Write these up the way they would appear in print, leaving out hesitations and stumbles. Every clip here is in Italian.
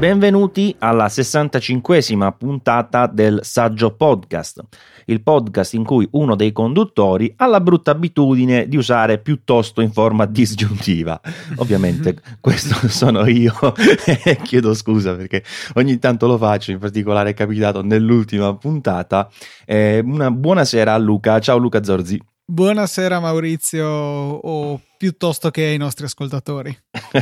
Benvenuti alla 65esima puntata del Saggio Podcast, il podcast in cui uno dei conduttori ha la brutta abitudine di usare piuttosto in forma disgiuntiva. Ovviamente questo sono io e chiedo scusa perché ogni tanto lo faccio, in particolare è capitato nell'ultima puntata. Una buonasera a Luca. Ciao Luca Zorzi. Buonasera Maurizio, o piuttosto che ai nostri ascoltatori.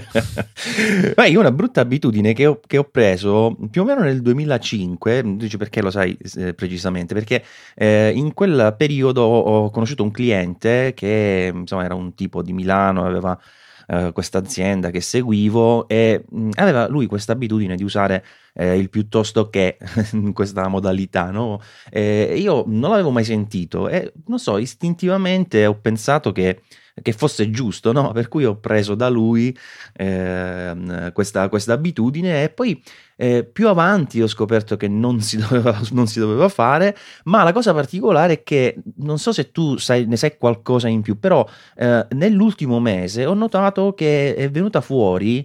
Io una brutta abitudine che ho preso più o meno nel 2005, dici perché lo sai precisamente, perché in quel periodo ho conosciuto un cliente che insomma era un tipo di Milano, aveva questa azienda che seguivo e aveva lui questa abitudine di usare il piuttosto che in questa modalità, no? Io non l'avevo mai sentito e non so, istintivamente ho pensato che fosse giusto, no? Per cui ho preso da lui questa abitudine e poi più avanti ho scoperto che non si doveva fare, ma la cosa particolare è che non so se tu ne sai qualcosa in più, però nell'ultimo mese ho notato che è venuta fuori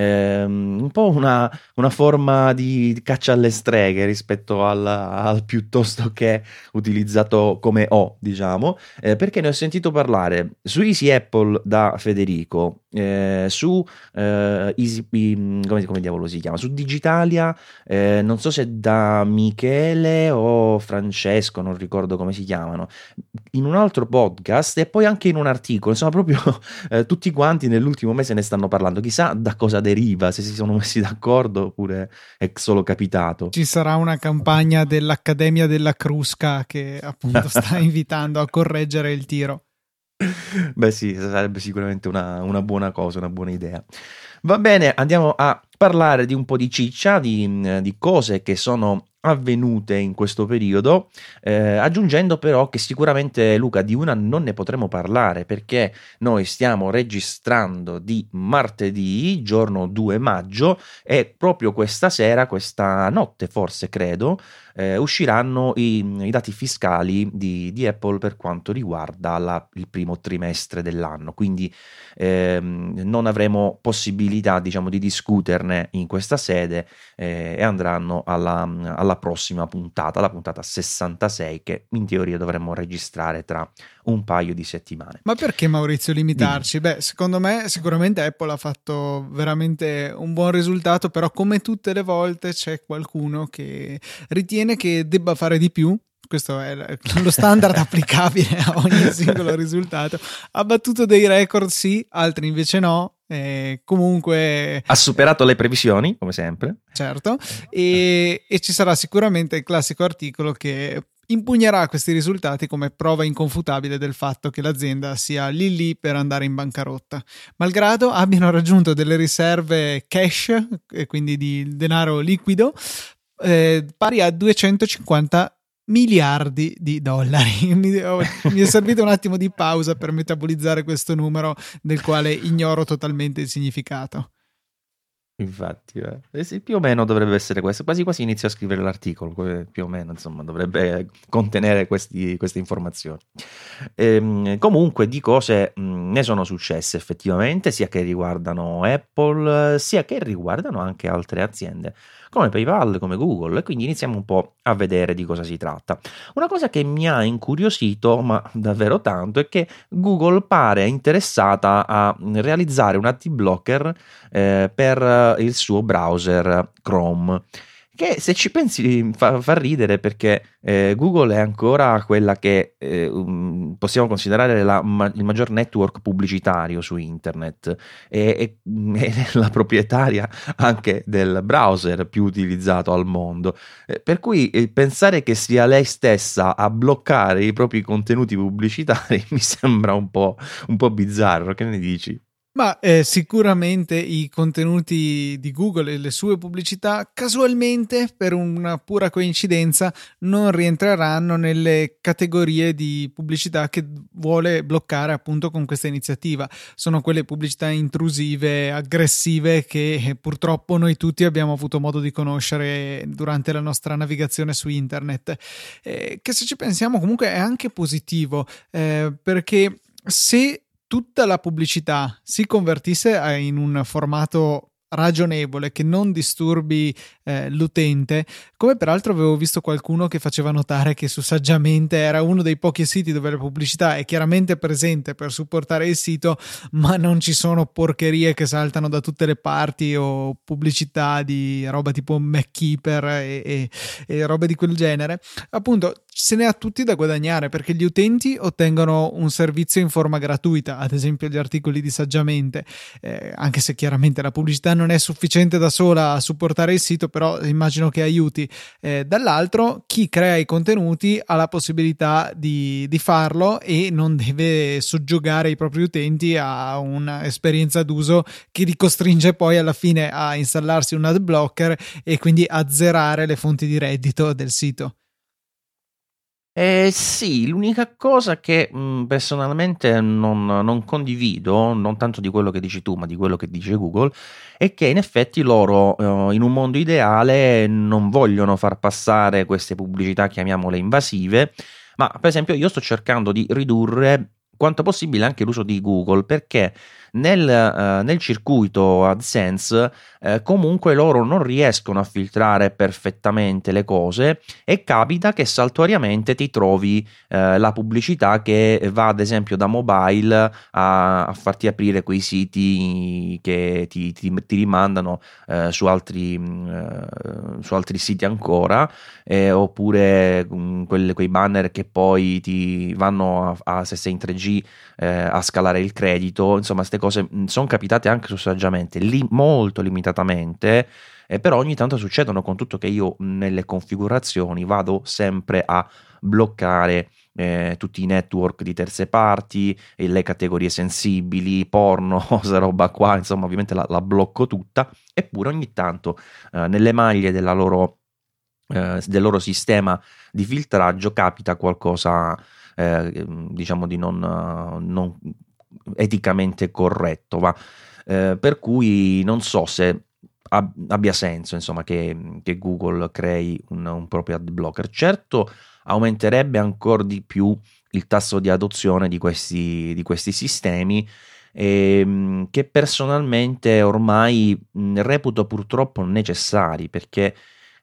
un po' una forma di caccia alle streghe rispetto al piuttosto che utilizzato come diciamo, perché ne ho sentito parlare su Easy Apple da Federico, su Easy, come diavolo si chiama, su Digitalia, non so se da Michele o Francesco, non ricordo come si chiamano, in un altro podcast e poi anche in un articolo, insomma proprio tutti quanti nell'ultimo mese ne stanno parlando, chissà da cosa deriva, se si sono messi d'accordo oppure è solo capitato. Ci sarà una campagna dell'Accademia della Crusca che appunto sta invitando a correggere il tiro. Beh sì, sarebbe sicuramente una buona cosa, una buona idea. Va bene, andiamo a parlare di un po' di ciccia, di cose che sono avvenute in questo periodo, aggiungendo però che sicuramente, Luca, di una non ne potremo parlare perché noi stiamo registrando di martedì, giorno 2 maggio, e proprio questa sera, questa notte forse credo, usciranno i dati fiscali di Apple per quanto riguarda il primo trimestre dell'anno, quindi non avremo possibilità, diciamo, di discuterne in questa sede e andranno alla prossima puntata, la puntata 66, che in teoria dovremmo registrare tra un paio di settimane. Ma perché, Maurizio, limitarci? Beh, secondo me sicuramente Apple ha fatto veramente un buon risultato, però come tutte le volte c'è qualcuno che ritiene che debba fare di più. Questo è lo standard applicabile a ogni singolo risultato. Ha battuto dei record, sì, altri invece no. Comunque ha superato le previsioni, come sempre. Certo, e ci sarà sicuramente il classico articolo che impugnerà questi risultati come prova inconfutabile del fatto che l'azienda sia lì per andare in bancarotta, malgrado abbiano raggiunto delle riserve cash, e quindi di denaro liquido, pari a 250 miliardi di dollari. Mi è servito un attimo di pausa per metabolizzare questo numero del quale ignoro totalmente il significato. Infatti, sì, più o meno dovrebbe essere questo. Quasi quasi inizio a scrivere l'articolo, più o meno, insomma, dovrebbe contenere queste informazioni. Comunque di cose ne sono successe effettivamente, sia che riguardano Apple, sia che riguardano anche altre aziende come PayPal, come Google, e quindi iniziamo un po' a vedere di cosa si tratta. Una cosa che mi ha incuriosito, ma davvero tanto, è che Google pare interessata a realizzare un ad blocker per il suo browser Chrome, che se ci pensi fa ridere perché Google è ancora quella che possiamo considerare il maggior network pubblicitario su internet e la proprietaria anche del browser più utilizzato al mondo, per cui pensare che sia lei stessa a bloccare i propri contenuti pubblicitari mi sembra un po' bizzarro. Che ne dici? Ma sicuramente i contenuti di Google e le sue pubblicità casualmente, per una pura coincidenza, non rientreranno nelle categorie di pubblicità che vuole bloccare appunto con questa iniziativa. Sono quelle pubblicità intrusive, aggressive, che purtroppo noi tutti abbiamo avuto modo di conoscere durante la nostra navigazione su internet, che se ci pensiamo comunque è anche positivo, perché se tutta la pubblicità si convertisse in un formato ragionevole, che non disturbi l'utente, come peraltro avevo visto qualcuno che faceva notare che su Saggiamente era uno dei pochi siti dove la pubblicità è chiaramente presente per supportare il sito, ma non ci sono porcherie che saltano da tutte le parti o pubblicità di roba tipo MacKeeper e robe di quel genere. Appunto, se ne ha tutti da guadagnare, perché gli utenti ottengono un servizio in forma gratuita, ad esempio gli articoli di Saggiamente, anche se chiaramente la pubblicità non è sufficiente da sola a supportare il sito, però immagino che aiuti. Dall'altro, chi crea i contenuti ha la possibilità di farlo e non deve soggiogare i propri utenti a un'esperienza d'uso che li costringe poi alla fine a installarsi un ad blocker e quindi a zerare le fonti di reddito del sito. Sì, l'unica cosa che personalmente non condivido, non tanto di quello che dici tu, ma di quello che dice Google, è che in effetti loro in un mondo ideale non vogliono far passare queste pubblicità, chiamiamole invasive, ma per esempio io sto cercando di ridurre quanto possibile anche l'uso di Google, perché nel circuito AdSense comunque loro non riescono a filtrare perfettamente le cose e capita che saltuariamente ti trovi la pubblicità che va ad esempio da mobile a farti aprire quei siti che ti rimandano su altri siti ancora, oppure quei banner che poi ti vanno se sei in 3G a scalare il credito. Insomma, queste cose sono capitate anche su Saggiamente, molto limitatamente, però ogni tanto succedono, con tutto che io nelle configurazioni vado sempre a bloccare tutti i network di terze parti e le categorie sensibili, porno, questa roba qua, insomma ovviamente la blocco tutta, eppure ogni tanto nelle maglie del loro sistema di filtraggio capita qualcosa diciamo di non eticamente corretto, va. Per cui non so se abbia senso, insomma, che Google crei un proprio ad blocker. Certo, aumenterebbe ancora di più il tasso di adozione di questi sistemi, che personalmente ormai reputo purtroppo necessari, perché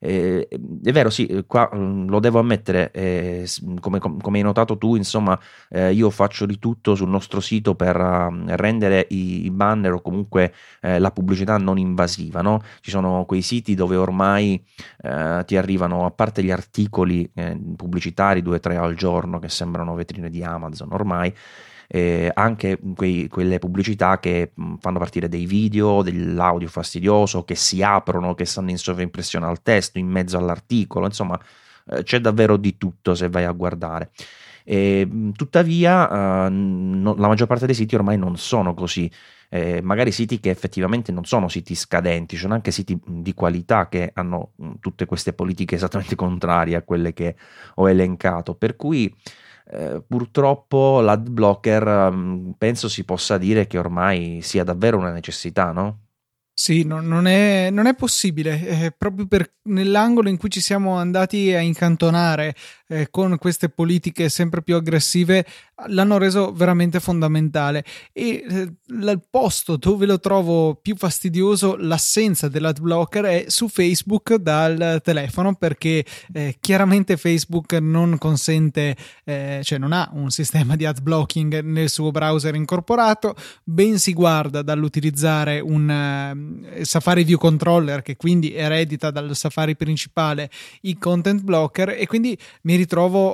è vero, sì, qua lo devo ammettere, come hai notato tu, insomma, io faccio di tutto sul nostro sito per rendere i banner o comunque la pubblicità non invasiva, no? Ci sono quei siti dove ormai ti arrivano, a parte gli articoli pubblicitari 2 o 3 al giorno che sembrano vetrine di Amazon ormai, anche quelle pubblicità che fanno partire dei video, dell'audio fastidioso, che si aprono, che stanno in sovraimpressione al testo, in mezzo all'articolo, insomma c'è davvero di tutto se vai a guardare. Tuttavia la maggior parte dei siti ormai non sono così. Magari siti che effettivamente non sono siti scadenti, ci sono anche siti di qualità che hanno tutte queste politiche esattamente contrarie a quelle che ho elencato, per cui purtroppo l'ad blocker penso si possa dire che ormai sia davvero una necessità, no? Sì, non è possibile, proprio nell'angolo in cui ci siamo andati a incantonare con queste politiche sempre più aggressive, l'hanno reso veramente fondamentale. E il posto dove lo trovo più fastidioso, l'assenza dell'ad blocker, è su Facebook dal telefono, perché chiaramente Facebook non consente, cioè non ha un sistema di ad blocking nel suo browser incorporato, ben si guarda dall'utilizzare un Safari View Controller, che quindi eredita dal Safari principale i content blocker, e quindi mi ritrovo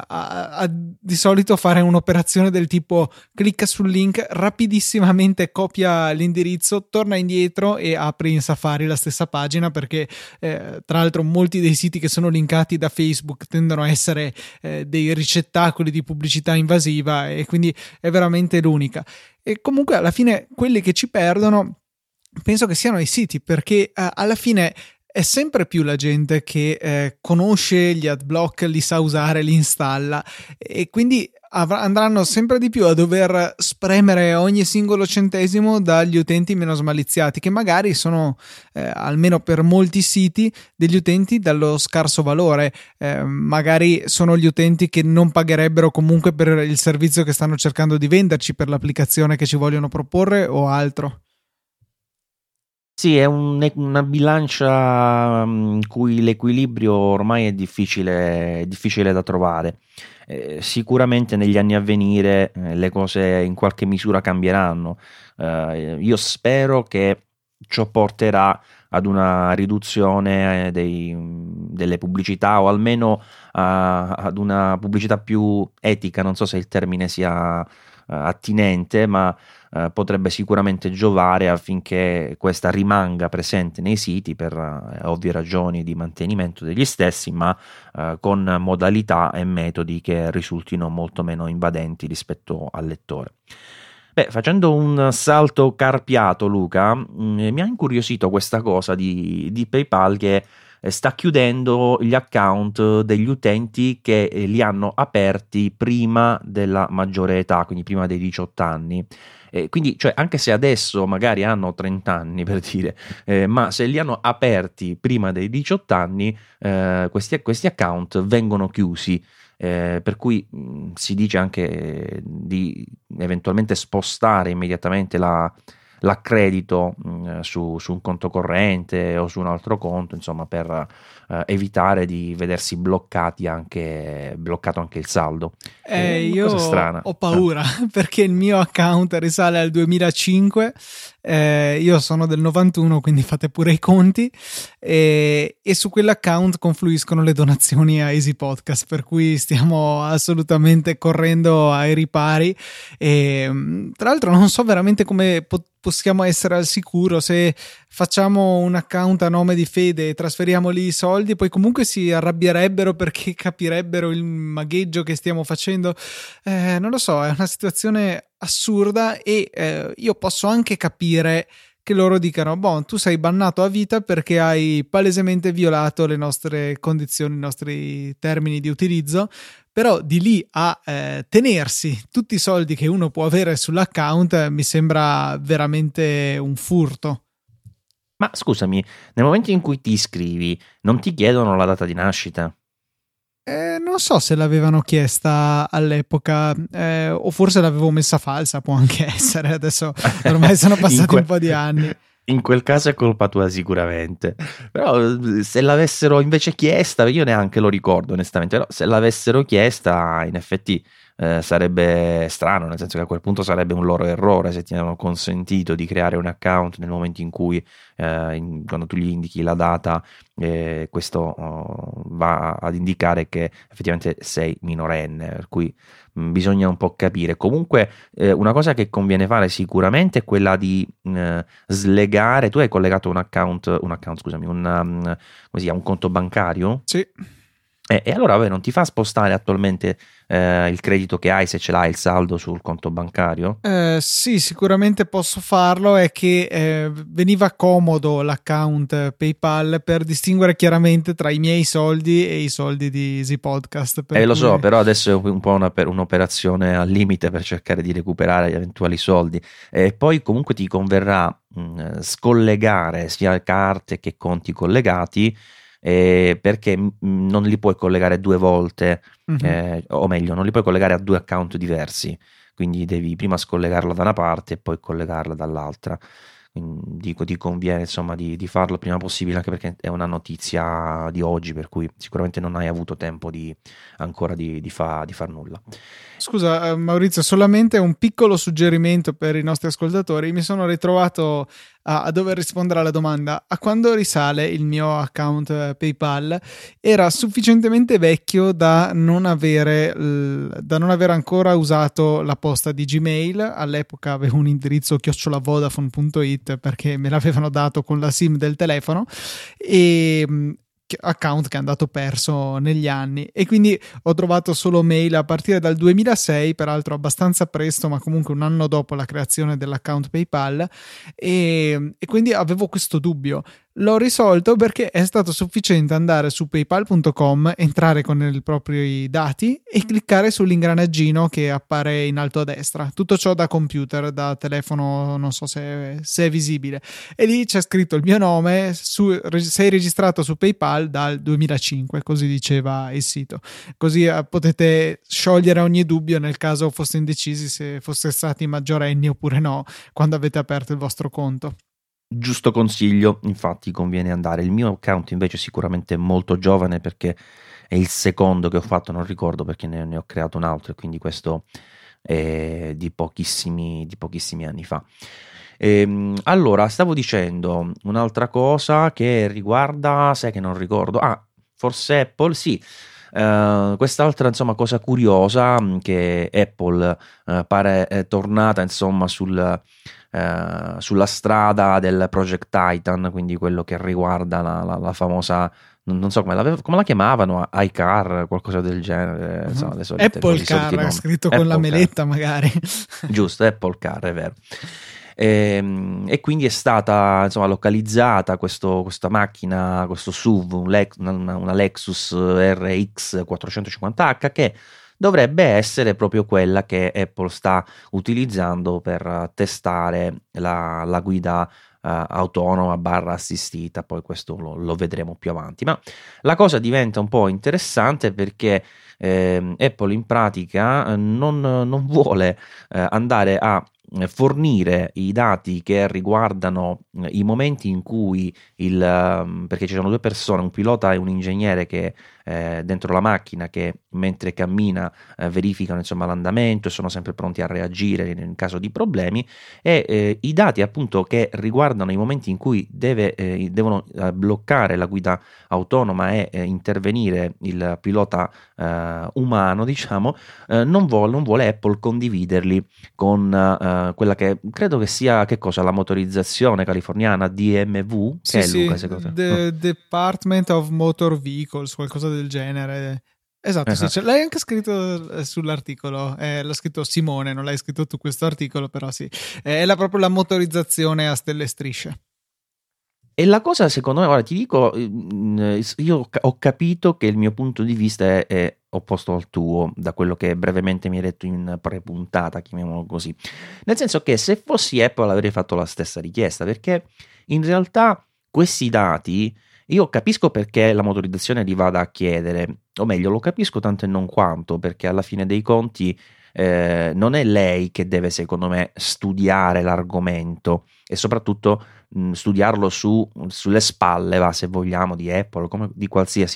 di solito fare un'operazione del tipo: clicca sul link, rapidissimamente copia l'indirizzo, torna indietro e apri in Safari la stessa pagina, perché tra l'altro molti dei siti che sono linkati da Facebook tendono a essere dei ricettacoli di pubblicità invasiva, e quindi è veramente l'unica. E comunque alla fine quelli che ci perdono penso che siano i siti, perché alla fine è sempre più la gente che conosce gli ad block, li sa usare, li installa, e quindi andranno sempre di più a dover spremere ogni singolo centesimo dagli utenti meno smaliziati, che magari sono, almeno per molti siti, degli utenti dallo scarso valore. Magari sono gli utenti che non pagherebbero comunque per il servizio che stanno cercando di venderci, per l'applicazione che ci vogliono proporre o altro. Sì, è una bilancia in cui l'equilibrio ormai è difficile da trovare. Sicuramente negli anni a venire le cose in qualche misura cambieranno. Io spero che ciò porterà ad una riduzione delle pubblicità o almeno ad una pubblicità più etica. Non so se il termine sia attinente, ma potrebbe sicuramente giovare affinché questa rimanga presente nei siti per ovvie ragioni di mantenimento degli stessi, ma con modalità e metodi che risultino molto meno invadenti rispetto al lettore. Beh, facendo un salto carpiato, Luca, mi ha incuriosito questa cosa di PayPal che sta chiudendo gli account degli utenti che li hanno aperti prima della maggiore età, quindi prima dei 18 anni. Quindi, cioè, anche se adesso magari hanno 30 anni per dire, ma se li hanno aperti prima dei 18 anni, questi account vengono chiusi. Per cui si dice anche di eventualmente spostare immediatamente l'accredito su un conto corrente o su un altro conto, insomma, per evitare di vedersi bloccato anche il saldo. È una Io cosa strana. ho paura perché il mio account risale al 2005, io sono del 91, quindi fate pure i conti, e su quell'account confluiscono le donazioni a Easy Podcast, per cui stiamo assolutamente correndo ai ripari. E tra l'altro non so veramente come possiamo essere al sicuro se facciamo un account a nome di Fede e trasferiamo lì i soldi, poi comunque si arrabbierebbero perché capirebbero il magheggio che stiamo facendo. Non lo so, è una situazione assurda e io posso anche capire che loro dicano: boh, tu sei bannato a vita perché hai palesemente violato le nostre condizioni, i nostri termini di utilizzo. Però di lì a tenersi tutti i soldi che uno può avere sull'account mi sembra veramente un furto. Ma scusami, nel momento in cui ti iscrivi, non ti chiedono la data di nascita? Non so se l'avevano chiesta all'epoca, o forse l'avevo messa falsa, può anche essere. Adesso ormai sono passati un po' di anni. In quel caso è colpa tua sicuramente, però se l'avessero invece chiesta, io neanche lo ricordo onestamente, però se l'avessero chiesta in effetti sarebbe strano, nel senso che a quel punto sarebbe un loro errore se ti hanno consentito di creare un account nel momento in cui quando tu gli indichi la data questo va ad indicare che effettivamente sei minorenne, per cui bisogna un po' capire. Comunque una cosa che conviene fare sicuramente è quella di slegare. Tu hai collegato un account, scusami, come si chiama, un conto bancario? Sì. E allora vabbè, non ti fa spostare attualmente il credito che hai, se ce l'hai il saldo sul conto bancario? Sì, sicuramente posso farlo. È che veniva comodo l'account PayPal per distinguere chiaramente tra i miei soldi e i soldi di Easy Podcast. Lo so, però adesso è un po' un'operazione al limite per cercare di recuperare gli eventuali soldi. E poi comunque ti converrà scollegare sia carte che conti collegati, perché non li puoi collegare due volte, o meglio, non li puoi collegare a due account diversi, quindi devi prima scollegarla da una parte e poi collegarla dall'altra. Quindi dico, ti conviene insomma di farlo il prima possibile, anche perché è una notizia di oggi, per cui sicuramente non hai avuto tempo ancora di far nulla. Scusa Maurizio, solamente un piccolo suggerimento per i nostri ascoltatori. Mi sono ritrovato a dover rispondere alla domanda: a quando risale il mio account PayPal? Era sufficientemente vecchio da non avere ancora usato la posta di Gmail. All'epoca avevo un indirizzo @vodafone.it perché me l'avevano dato con la SIM del telefono, e account che è andato perso negli anni, e quindi ho trovato solo mail a partire dal 2006, peraltro abbastanza presto, ma comunque un anno dopo la creazione dell'account PayPal, e quindi avevo questo dubbio. L'ho risolto perché è stato sufficiente andare su paypal.com, entrare con i propri dati e cliccare sull'ingranaggino che appare in alto a destra. Tutto ciò da computer, da telefono, non so se è visibile. E lì c'è scritto il mio nome, sei registrato su PayPal dal 2005, così diceva il sito. Così potete sciogliere ogni dubbio nel caso foste indecisi se foste stati maggiorenni oppure no quando avete aperto il vostro conto. Giusto consiglio, infatti conviene andare. Il mio account invece è sicuramente molto giovane perché è il secondo che ho fatto, non ricordo perché ne ho creato un altro e quindi questo è di pochissimi anni fa. Allora, stavo dicendo un'altra cosa che riguarda, sai che non ricordo, forse Apple, sì. Quest'altra insomma cosa curiosa che Apple pare è tornata insomma sulla strada del Project Titan, quindi quello che riguarda la famosa, non so come la chiamavano, iCar, qualcosa del genere, insomma, le solite, Apple i soliti Car, nomi. scritto con la Apple Car. meletta magari. Giusto, Apple Car, è vero. E quindi è stata insomma localizzata questa macchina, questo SUV, una Lexus RX 450H, che dovrebbe essere proprio quella che Apple sta utilizzando per testare la guida autonoma barra assistita. Poi questo lo vedremo più avanti. Ma la cosa diventa un po' interessante perché Apple in pratica non vuole andare a fornire i dati che riguardano i momenti in cui perché ci sono due persone, un pilota e un ingegnere che dentro la macchina, che mentre cammina verificano insomma l'andamento e sono sempre pronti a reagire in caso di problemi, e i dati appunto che riguardano i momenti in cui devono bloccare la guida autonoma e intervenire il pilota umano, diciamo, non vuole Apple condividerli con quella che credo che sia, che cosa, la motorizzazione californiana DMV, Sì, che è sì, Luca secondo te? The Department of Motor Vehicles, qualcosa del genere. Esatto, sì, Esatto. l'hai anche scritto sull'articolo, l'ha scritto Simone, non l'hai scritto tu questo articolo, però sì, è proprio la motorizzazione a stelle e strisce. E la cosa, secondo me, ora ti dico, io ho capito che il mio punto di vista è opposto al tuo, da quello che brevemente mi hai detto in pre-puntata, chiamiamolo così. Nel senso che se fossi Apple avrei fatto la stessa richiesta, perché in realtà questi dati, io capisco perché la motorizzazione li vada a chiedere, o meglio, lo capisco tanto e non quanto, perché alla fine dei conti non è lei che deve, secondo me, studiare l'argomento e soprattutto studiarlo sulle spalle, va, se vogliamo, di Apple, come di qualsiasi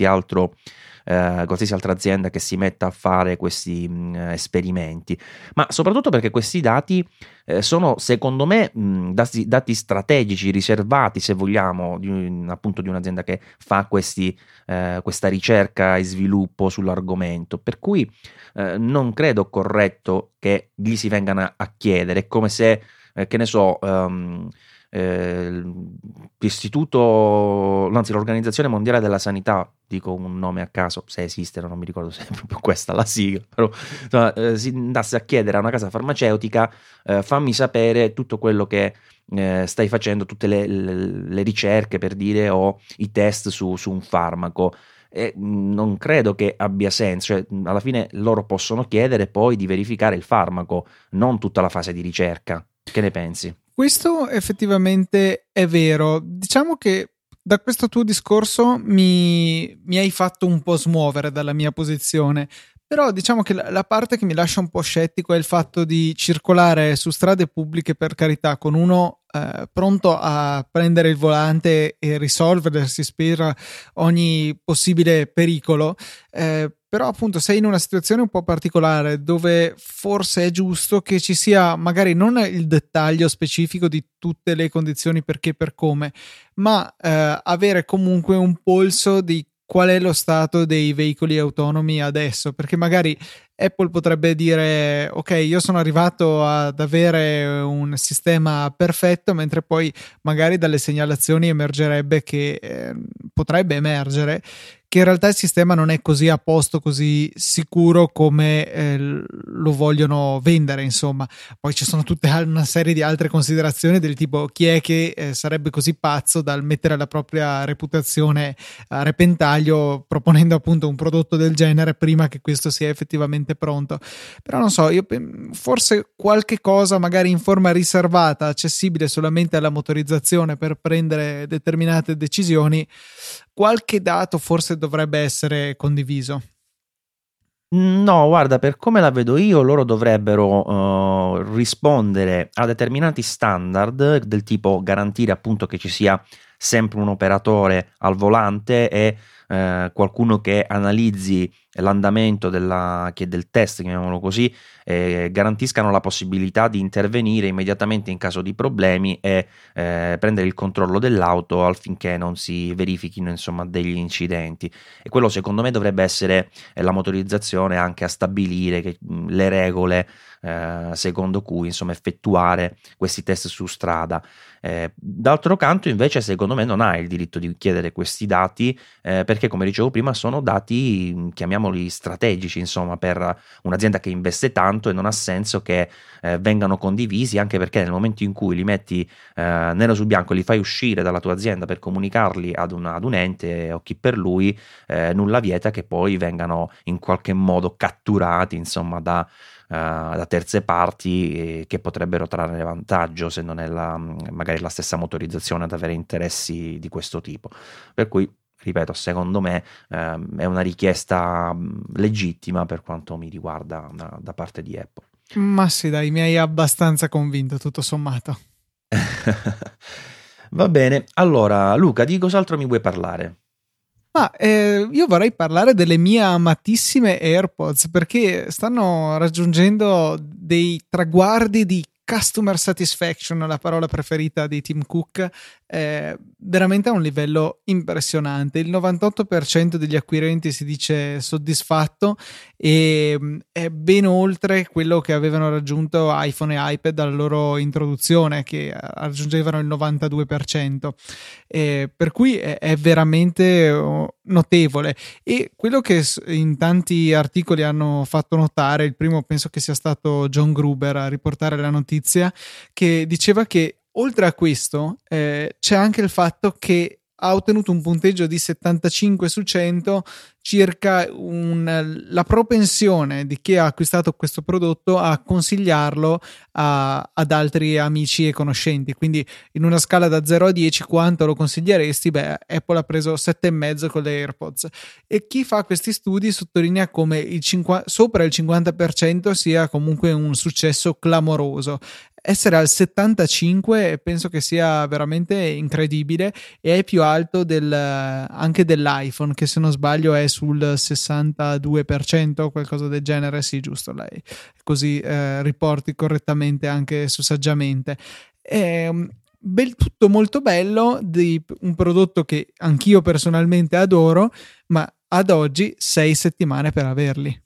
altra azienda che si metta a fare questi esperimenti, ma soprattutto perché questi dati sono, secondo me, dati strategici riservati, se vogliamo, appunto di un'azienda che fa questa ricerca e sviluppo sull'argomento, per cui non credo corretto che gli si vengano a chiedere. È come se, che ne so, l'Organizzazione Mondiale della Sanità, dico un nome a caso, se esiste, non mi ricordo se è proprio questa la sigla, però insomma, si andasse a chiedere a una casa farmaceutica, fammi sapere tutto quello che stai facendo, tutte le ricerche, per dire, o i test su un farmaco. E non credo che abbia senso, cioè, alla fine loro possono chiedere poi di verificare il farmaco, non tutta la fase di ricerca. Che ne pensi? Questo effettivamente è vero. Diciamo che da questo tuo discorso mi hai fatto un po' smuovere dalla mia posizione. Però diciamo che la parte che mi lascia un po' scettico è il fatto di circolare su strade pubbliche, per carità, con uno pronto a prendere il volante e risolvere, si spera, ogni possibile pericolo. Però appunto sei in una situazione un po' particolare dove forse è giusto che ci sia magari non il dettaglio specifico di tutte le condizioni perché per come, ma avere comunque un polso di qual è lo stato dei veicoli autonomi adesso, perché magari Apple potrebbe dire ok, io sono arrivato ad avere un sistema perfetto, mentre poi magari dalle segnalazioni emergerebbe che potrebbe emergere che in realtà il sistema non è così a posto, così sicuro come lo vogliono vendere, insomma. Poi ci sono tutta una serie di altre considerazioni del tipo chi è che sarebbe così pazzo dal mettere la propria reputazione a repentaglio proponendo appunto un prodotto del genere prima che questo sia effettivamente pronto. Però non so, io forse qualche cosa magari in forma riservata, accessibile solamente alla motorizzazione per prendere determinate decisioni, qualche dato forse dovrebbe essere condiviso. No, guarda, per come la vedo io, loro dovrebbero rispondere a determinati standard del tipo garantire appunto che ci sia sempre un operatore al volante e qualcuno che analizzi l'andamento del test, chiamiamolo così, garantiscano la possibilità di intervenire immediatamente in caso di problemi e prendere il controllo dell'auto affinché non si verifichino insomma degli incidenti. E quello secondo me dovrebbe essere la motorizzazione anche a stabilire le regole secondo cui insomma effettuare questi test su strada. D'altro canto invece secondo me non ha il diritto di chiedere questi dati perché come dicevo prima sono dati, chiamiamoli strategici, insomma, per un'azienda che investe tanto e non ha senso che vengano condivisi, anche perché nel momento in cui li metti nero su bianco e li fai uscire dalla tua azienda per comunicarli ad un ente o chi per lui, nulla vieta che poi vengano in qualche modo catturati insomma da terze parti che potrebbero trarre vantaggio se non è magari la stessa motorizzazione ad avere interessi di questo tipo. Per cui, ripeto, secondo me è una richiesta legittima per quanto mi riguarda da parte di Apple. Ma sì, dai, mi hai abbastanza convinto, tutto sommato. Va bene, allora Luca, di cos'altro mi vuoi parlare? Ma io vorrei parlare delle mie amatissime AirPods perché stanno raggiungendo dei traguardi di customer satisfaction, la parola preferita di Tim Cook, veramente a un livello impressionante. Il 98% degli acquirenti si dice soddisfatto e è ben oltre quello che avevano raggiunto iPhone e iPad alla loro introduzione, che raggiungevano il 92%. Per cui è veramente notevole. E quello che in tanti articoli hanno fatto notare, il primo penso che sia stato John Gruber a riportare la notizia, che diceva che oltre a questo c'è anche il fatto che ha ottenuto un punteggio di 75 su 100, circa la propensione di chi ha acquistato questo prodotto a consigliarlo ad altri amici e conoscenti. Quindi in una scala da 0 a 10 quanto lo consiglieresti? Beh, Apple ha preso 7,5 con le AirPods, e chi fa questi studi sottolinea come sopra il 50% sia comunque un successo clamoroso. Essere al 75 penso che sia veramente incredibile, e è più alto anche dell'iPhone, che se non sbaglio è sul 62%, qualcosa del genere. Sì, giusto, lei così riporti correttamente anche su Saggiamente. Tutto molto bello, di un prodotto che anch'io personalmente adoro, ma ad oggi 6 settimane per averli.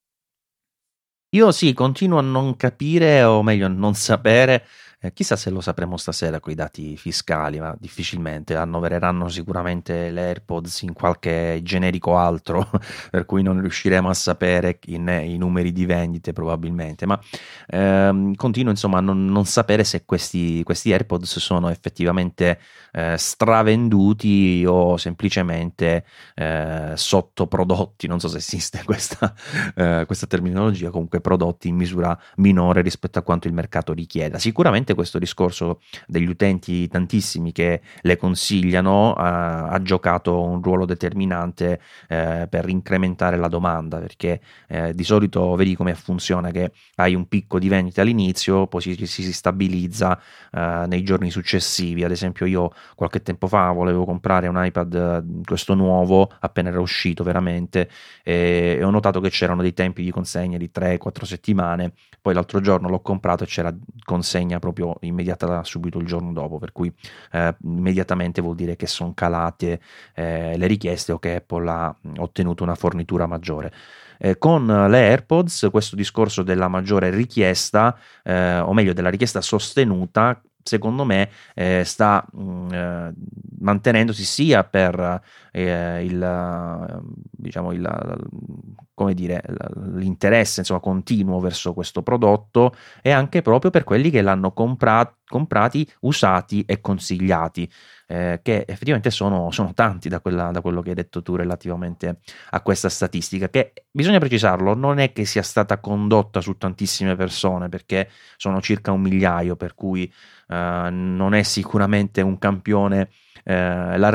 Io sì, continuo a non capire, o meglio a non sapere, chissà se lo sapremo stasera con i dati fiscali, ma difficilmente annovereranno sicuramente le AirPods in qualche generico altro, per cui non riusciremo a sapere i numeri di vendite probabilmente, ma continuo insomma a non sapere se questi AirPods sono effettivamente stravenduti o semplicemente sottoprodotti, non so se esiste questa terminologia, comunque prodotti in misura minore rispetto a quanto il mercato richieda. Sicuramente questo discorso degli utenti tantissimi che le consigliano ha giocato un ruolo determinante per incrementare la domanda, perché di solito vedi come funziona, che hai un picco di vendita all'inizio, poi si stabilizza nei giorni successivi. Ad esempio io qualche tempo fa volevo comprare un iPad, questo nuovo, appena era uscito veramente, e ho notato che c'erano dei tempi di consegna di 3-4 settimane. Poi l'altro giorno l'ho comprato e c'era consegna proprio immediata subito il giorno dopo, per cui immediatamente vuol dire che sono calate le richieste o che Apple ha ottenuto una fornitura maggiore. Con le AirPods questo discorso della maggiore richiesta, o meglio della richiesta sostenuta, secondo me sta mantenendosi sia per come dire, l'interesse insomma continuo verso questo prodotto, e anche proprio per quelli che l'hanno comprati usati e consigliati, che effettivamente sono tanti da quello che hai detto tu relativamente a questa statistica, che bisogna precisarlo, non è che sia stata condotta su tantissime persone, perché sono circa 1 migliaio, per cui non è sicuramente un campione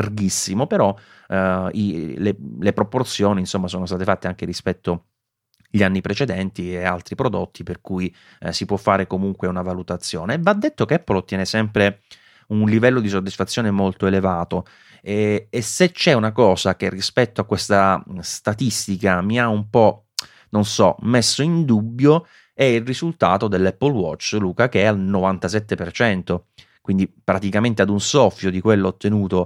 larghissimo, però le proporzioni insomma sono state fatte anche rispetto gli anni precedenti e altri prodotti, per cui si può fare comunque una valutazione. E va detto che Apple ottiene sempre un livello di soddisfazione molto elevato, e se c'è una cosa che rispetto a questa statistica mi ha un po', non so, messo in dubbio, è il risultato dell'Apple Watch, Luca, che è al 97%, quindi praticamente ad un soffio di quello ottenuto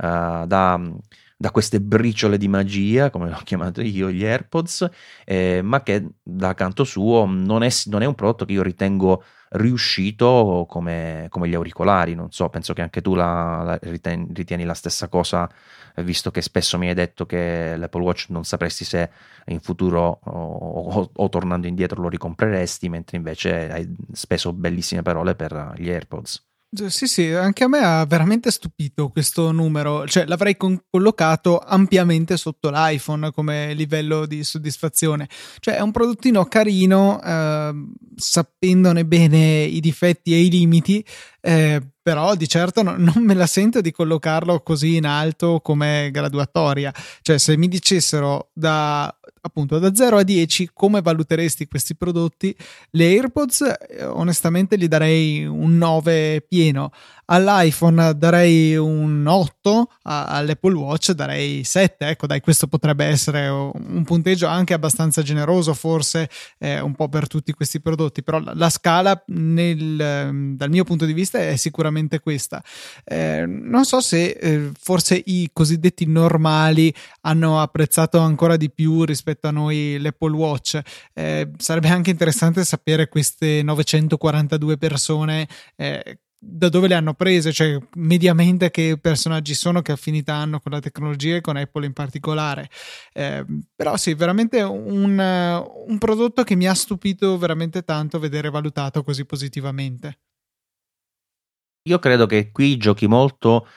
da queste briciole di magia, come l'ho chiamato io, gli AirPods, ma che da canto suo non è un prodotto che io ritengo riuscito come gli auricolari. Non so, penso che anche tu ritieni la stessa cosa, visto che spesso mi hai detto che l'Apple Watch non sapresti se in futuro o tornando indietro lo ricompreresti, mentre invece hai speso bellissime parole per gli AirPods. Sì, sì, anche a me ha veramente stupito questo numero, cioè l'avrei collocato ampiamente sotto l'iPhone come livello di soddisfazione, cioè è un prodottino carino, sapendone bene i difetti e i limiti, però di certo non me la sento di collocarlo così in alto come graduatoria. Cioè, se mi dicessero appunto da 0 a 10 come valuteresti questi prodotti, le AirPods onestamente gli darei un 9 pieno, all'iPhone darei un 8, all'Apple Watch darei 7. Ecco, dai, questo potrebbe essere un punteggio anche abbastanza generoso, forse un po' per tutti questi prodotti, però la scala dal mio punto di vista è sicuramente questa. Non so se forse i cosiddetti normali hanno apprezzato ancora di più rispetto a noi l'Apple Watch. Sarebbe anche interessante sapere queste 942 persone da dove le hanno prese, cioè mediamente che personaggi sono, che affinità hanno con la tecnologia e con Apple in particolare. Però sì, veramente un prodotto che mi ha stupito veramente tanto vedere valutato così positivamente. Io credo che qui giochi molto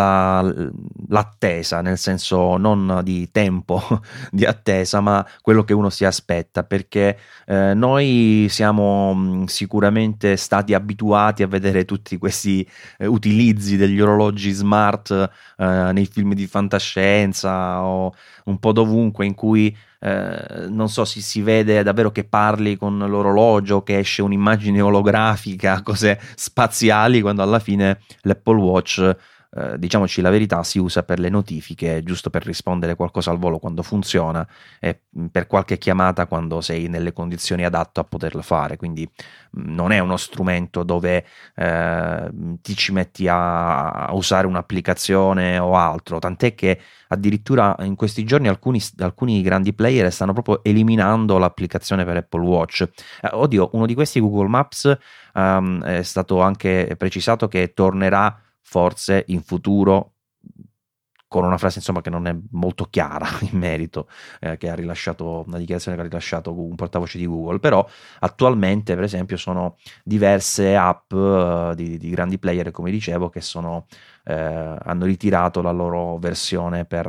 l'attesa, nel senso non di tempo di attesa, ma quello che uno si aspetta, perché noi siamo sicuramente stati abituati a vedere tutti questi utilizzi degli orologi smart nei film di fantascienza o un po' dovunque, in cui non so, si vede davvero che parli con l'orologio, che esce un'immagine olografica, cose spaziali, quando alla fine l'Apple Watch, diciamoci la verità, si usa per le notifiche, giusto per rispondere qualcosa al volo quando funziona, e per qualche chiamata quando sei nelle condizioni adatte a poterla fare. Quindi non è uno strumento dove ti ci metti a usare un'applicazione o altro, tant'è che addirittura in questi giorni alcuni grandi player stanno proprio eliminando l'applicazione per Apple Watch. Oddio, uno di questi, Google Maps, è stato anche precisato che tornerà forse in futuro, con una frase insomma che non è molto chiara in merito, che ha rilasciato una dichiarazione che ha rilasciato un portavoce di Google. Però attualmente, per esempio, sono diverse app di grandi player, come dicevo, che hanno ritirato la loro versione per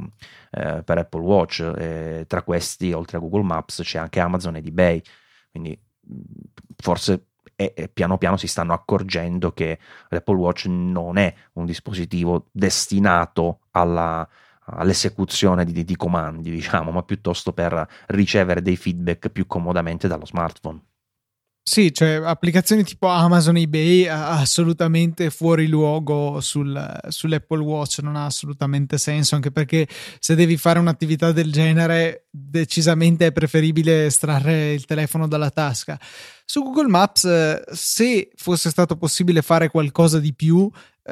Apple Watch. Tra questi, oltre a Google Maps, c'è anche Amazon ed eBay, quindi forse piano piano si stanno accorgendo che l'Apple Watch non è un dispositivo destinato all'esecuzione di comandi, diciamo, ma piuttosto per ricevere dei feedback più comodamente dallo smartphone. Sì, cioè applicazioni tipo Amazon, eBay assolutamente fuori luogo sull'Apple Watch, non ha assolutamente senso, anche perché se devi fare un'attività del genere decisamente è preferibile estrarre il telefono dalla tasca. Su Google Maps, se fosse stato possibile fare qualcosa di più,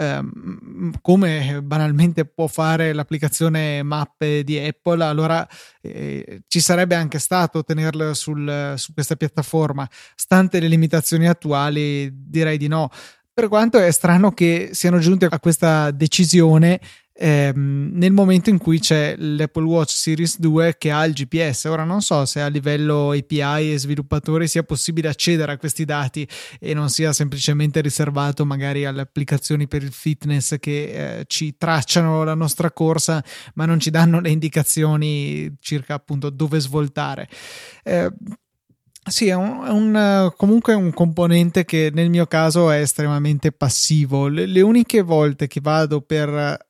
come banalmente può fare l'applicazione Mappe di Apple, allora ci sarebbe anche stato tenerlo su questa piattaforma. Stante le limitazioni attuali, direi di no. Per quanto è strano che siano giunti a questa decisione nel momento in cui c'è l'Apple Watch Series 2 che ha il GPS. Ora non so se a livello API e sviluppatori sia possibile accedere a questi dati e non sia semplicemente riservato magari alle applicazioni per il fitness che ci tracciano la nostra corsa ma non ci danno le indicazioni circa appunto dove svoltare. Sì, è comunque un componente che nel mio caso è estremamente passivo. Le uniche volte che vado per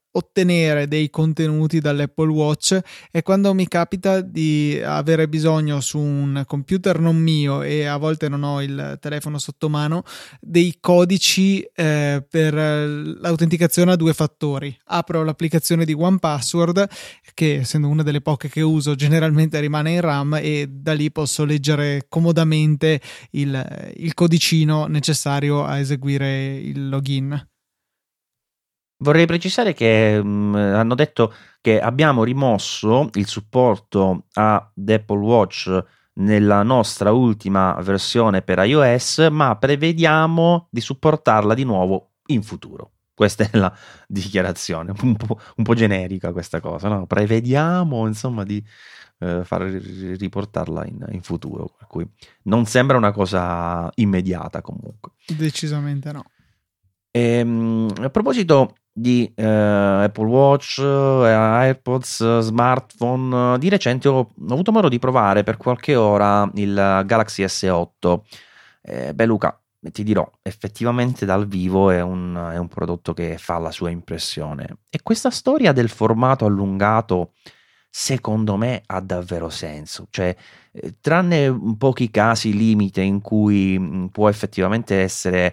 ottenere dei contenuti dall'Apple Watch è quando mi capita di avere bisogno su un computer non mio e a volte non ho il telefono sotto mano dei codici per l'autenticazione a 2 fattori. Apro l'applicazione di OnePassword, che essendo una delle poche che uso generalmente rimane in RAM, e da lì posso leggere comodamente il codicino necessario a eseguire il login. Vorrei precisare che hanno detto che abbiamo rimosso il supporto ad Apple Watch nella nostra ultima versione per iOS, ma prevediamo di supportarla di nuovo in futuro. Questa è la dichiarazione, un po' generica questa cosa, no? Prevediamo insomma di far riportarla in futuro, per cui non sembra una cosa immediata comunque. Decisamente no. A proposito di Apple Watch, AirPods, smartphone, di recente ho avuto modo di provare per qualche ora il Galaxy S8. Beh Luca, ti dirò, effettivamente dal vivo è un prodotto che fa la sua impressione, e questa storia del formato allungato secondo me ha davvero senso, cioè tranne pochi casi limite in cui può effettivamente essere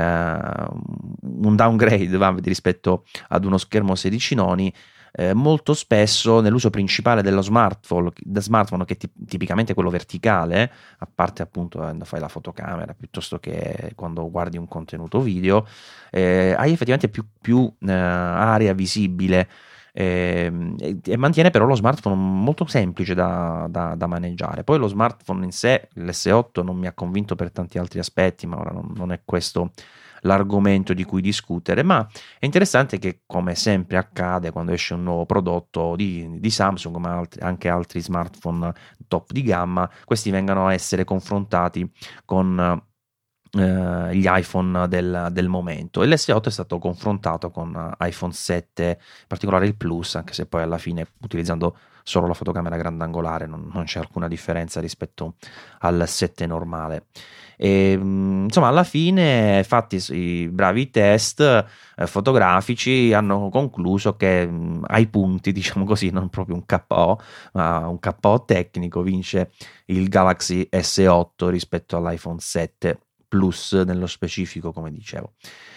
un downgrade rispetto ad uno schermo 16 noni, molto spesso nell'uso principale dello smartphone che tipicamente quello verticale, a parte appunto quando fai la fotocamera piuttosto che quando guardi un contenuto video, hai effettivamente più area visibile, e mantiene però lo smartphone molto semplice da maneggiare. Poi lo smartphone in sé, l'S8, non mi ha convinto per tanti altri aspetti, ma ora non è questo l'argomento di cui discutere, ma è interessante che, come sempre accade quando esce un nuovo prodotto di Samsung, ma anche altri smartphone top di gamma, questi vengano a essere confrontati con gli iPhone del momento, e l'S8 è stato confrontato con iPhone 7, in particolare il Plus, anche se poi alla fine, utilizzando solo la fotocamera grandangolare, non c'è alcuna differenza rispetto al 7 normale. E, insomma, alla fine, fatti i bravi test fotografici, hanno concluso che ai punti, diciamo così, non proprio un KO, ma un KO tecnico, vince il Galaxy S8 rispetto all'iPhone 7 Plus nello specifico, come dicevo.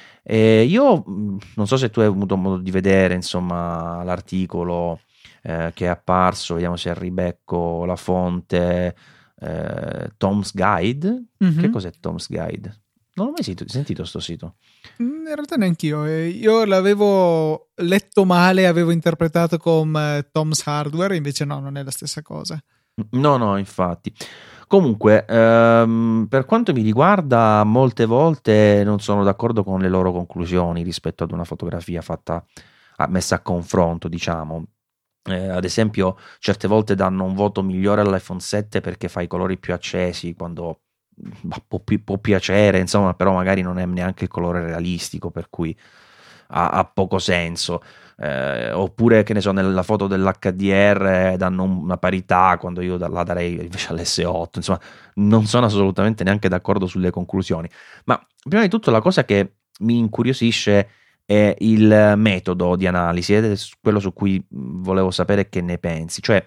Io non so se tu hai avuto modo di vedere insomma l'articolo che è apparso, vediamo se ribecco la fonte, Tom's Guide. Mm-hmm. Che cos'è Tom's Guide? Non ho mai sentito sto sito. In realtà neanch'io, io l'avevo letto male, avevo interpretato come Tom's Hardware, invece no, non è la stessa cosa. No, infatti. Comunque, per quanto mi riguarda, molte volte non sono d'accordo con le loro conclusioni rispetto ad una fotografia messa a confronto, diciamo. Ad esempio, certe volte danno un voto migliore all'iPhone 7 perché fa i colori più accesi, quando può piacere, insomma, però magari non è neanche il colore realistico, per cui ha poco senso. Oppure, che ne so, nella foto dell'HDR danno una parità quando io la darei invece all'S8. Insomma, non sono assolutamente neanche d'accordo sulle conclusioni. Ma prima di tutto la cosa che mi incuriosisce è il metodo di analisi, ed è quello su cui volevo sapere che ne pensi. Cioè,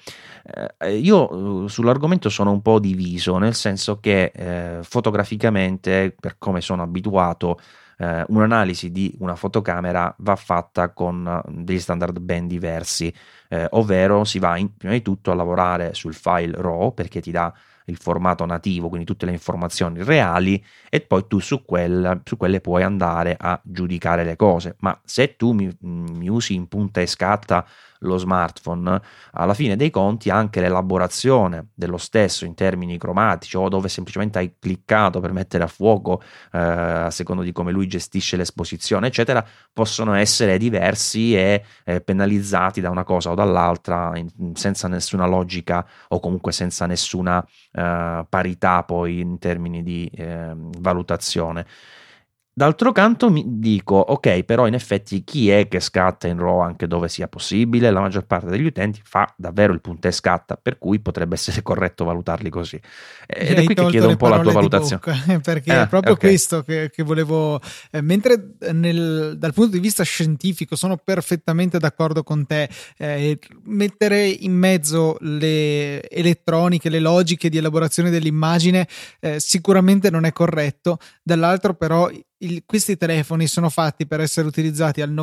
io sull'argomento sono un po' diviso, nel senso che fotograficamente, per come sono abituato, un'analisi di una fotocamera va fatta con degli standard ben diversi, ovvero si va prima di tutto a lavorare sul file RAW, perché ti dà il formato nativo, quindi tutte le informazioni reali, e poi tu su quelle puoi andare a giudicare le cose. Ma se tu mi usi in punta e scatta lo smartphone, alla fine dei conti anche l'elaborazione dello stesso in termini cromatici, o dove semplicemente hai cliccato per mettere a fuoco, a secondo di come lui gestisce l'esposizione eccetera, possono essere diversi e penalizzati da una cosa o dall'altra, senza nessuna logica, o comunque senza nessuna parità poi in termini di valutazione. D'altro canto mi dico, ok, però in effetti chi è che scatta in RAW anche dove sia possibile? La maggior parte degli utenti fa davvero il punta e scatta, per cui potrebbe essere corretto valutarli così. Mi Ed è hai qui che tolto chiedo le un po' la tua parole di valutazione. bocca, perché è proprio Ok. questo che volevo. Mentre dal punto di vista scientifico sono perfettamente d'accordo con te, mettere in mezzo le elettroniche, le logiche di elaborazione dell'immagine sicuramente non è corretto. Dall'altro però questi telefoni sono fatti per essere utilizzati al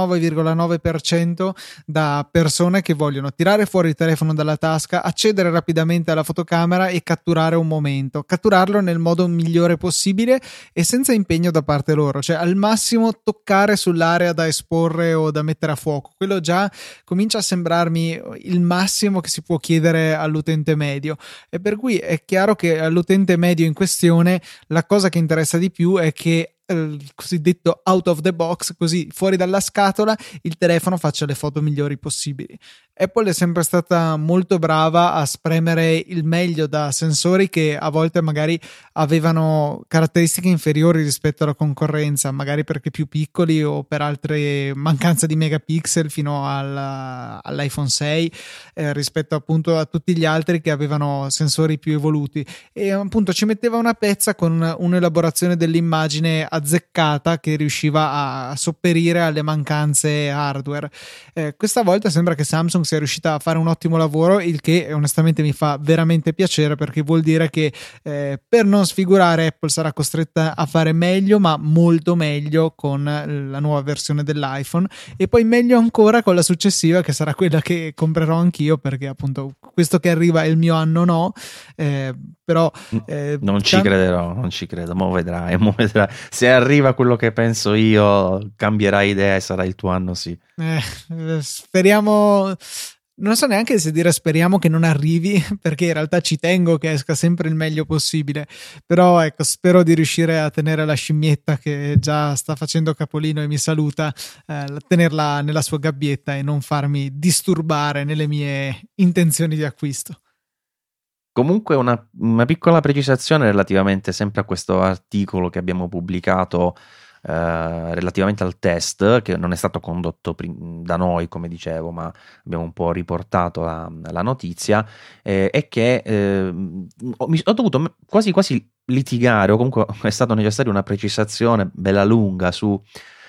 99,9% da persone che vogliono tirare fuori il telefono dalla tasca, accedere rapidamente alla fotocamera e catturare un momento, catturarlo nel modo migliore possibile e senza impegno da parte loro, cioè al massimo toccare sull'area da esporre o da mettere a fuoco. Quello già comincia a sembrarmi il massimo che si può chiedere all'utente medio, e per cui è chiaro che all'utente medio in questione la cosa che interessa di più è che il cosiddetto out of the box, così fuori dalla scatola, il telefono faccia le foto migliori possibili. Apple è sempre stata molto brava a spremere il meglio da sensori che a volte magari avevano caratteristiche inferiori rispetto alla concorrenza, magari perché più piccoli o per altre mancanze di megapixel fino all'iPhone 6 rispetto appunto a tutti gli altri che avevano sensori più evoluti, e appunto ci metteva una pezza con un'elaborazione dell'immagine azzeccata che riusciva a sopperire alle mancanze hardware. Questa volta sembra che Samsung sia riuscita a fare un ottimo lavoro, il che onestamente mi fa veramente piacere, perché vuol dire che per non sfigurare Apple sarà costretta a fare meglio, ma molto meglio con la nuova versione dell'iPhone, e poi meglio ancora con la successiva, che sarà quella che comprerò anch'io, perché appunto questo che arriva è il mio anno no, però non ci crederò, non ci credo, mo vedrai. Se arriva quello che penso io, cambierai idea e sarà il tuo anno sì. Speriamo, non so neanche se dire speriamo che non arrivi, perché in realtà ci tengo che esca sempre il meglio possibile, però ecco, spero di riuscire a tenere la scimmietta che già sta facendo capolino e mi saluta, tenerla nella sua gabbietta e non farmi disturbare nelle mie intenzioni di acquisto. Comunque una piccola precisazione relativamente sempre a questo articolo che abbiamo pubblicato relativamente al test, che non è stato condotto da noi, come dicevo, ma abbiamo un po' riportato la notizia, è che ho dovuto quasi litigare, o comunque è stata necessaria una precisazione bella lunga sul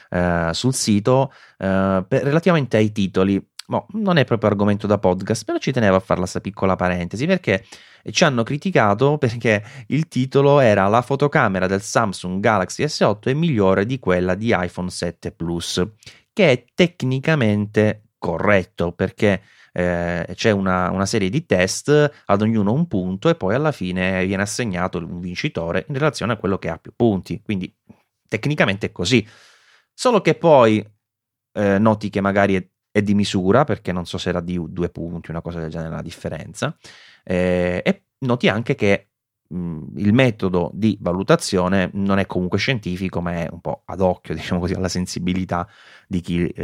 sito relativamente ai titoli. Non è proprio argomento da podcast, però ci tenevo a fare questa piccola parentesi, perché ci hanno criticato perché il titolo era "La fotocamera del Samsung Galaxy S8 è migliore di quella di iPhone 7 Plus", che è tecnicamente corretto, perché c'è una serie di test, ad ognuno un punto, e poi alla fine viene assegnato un vincitore in relazione a quello che ha più punti, quindi tecnicamente è così. Solo che poi noti che magari è di misura, perché non so se era di 2 punti, una cosa del genere la differenza, e noti anche che il metodo di valutazione non è comunque scientifico, ma è un po' ad occhio, diciamo così, alla sensibilità di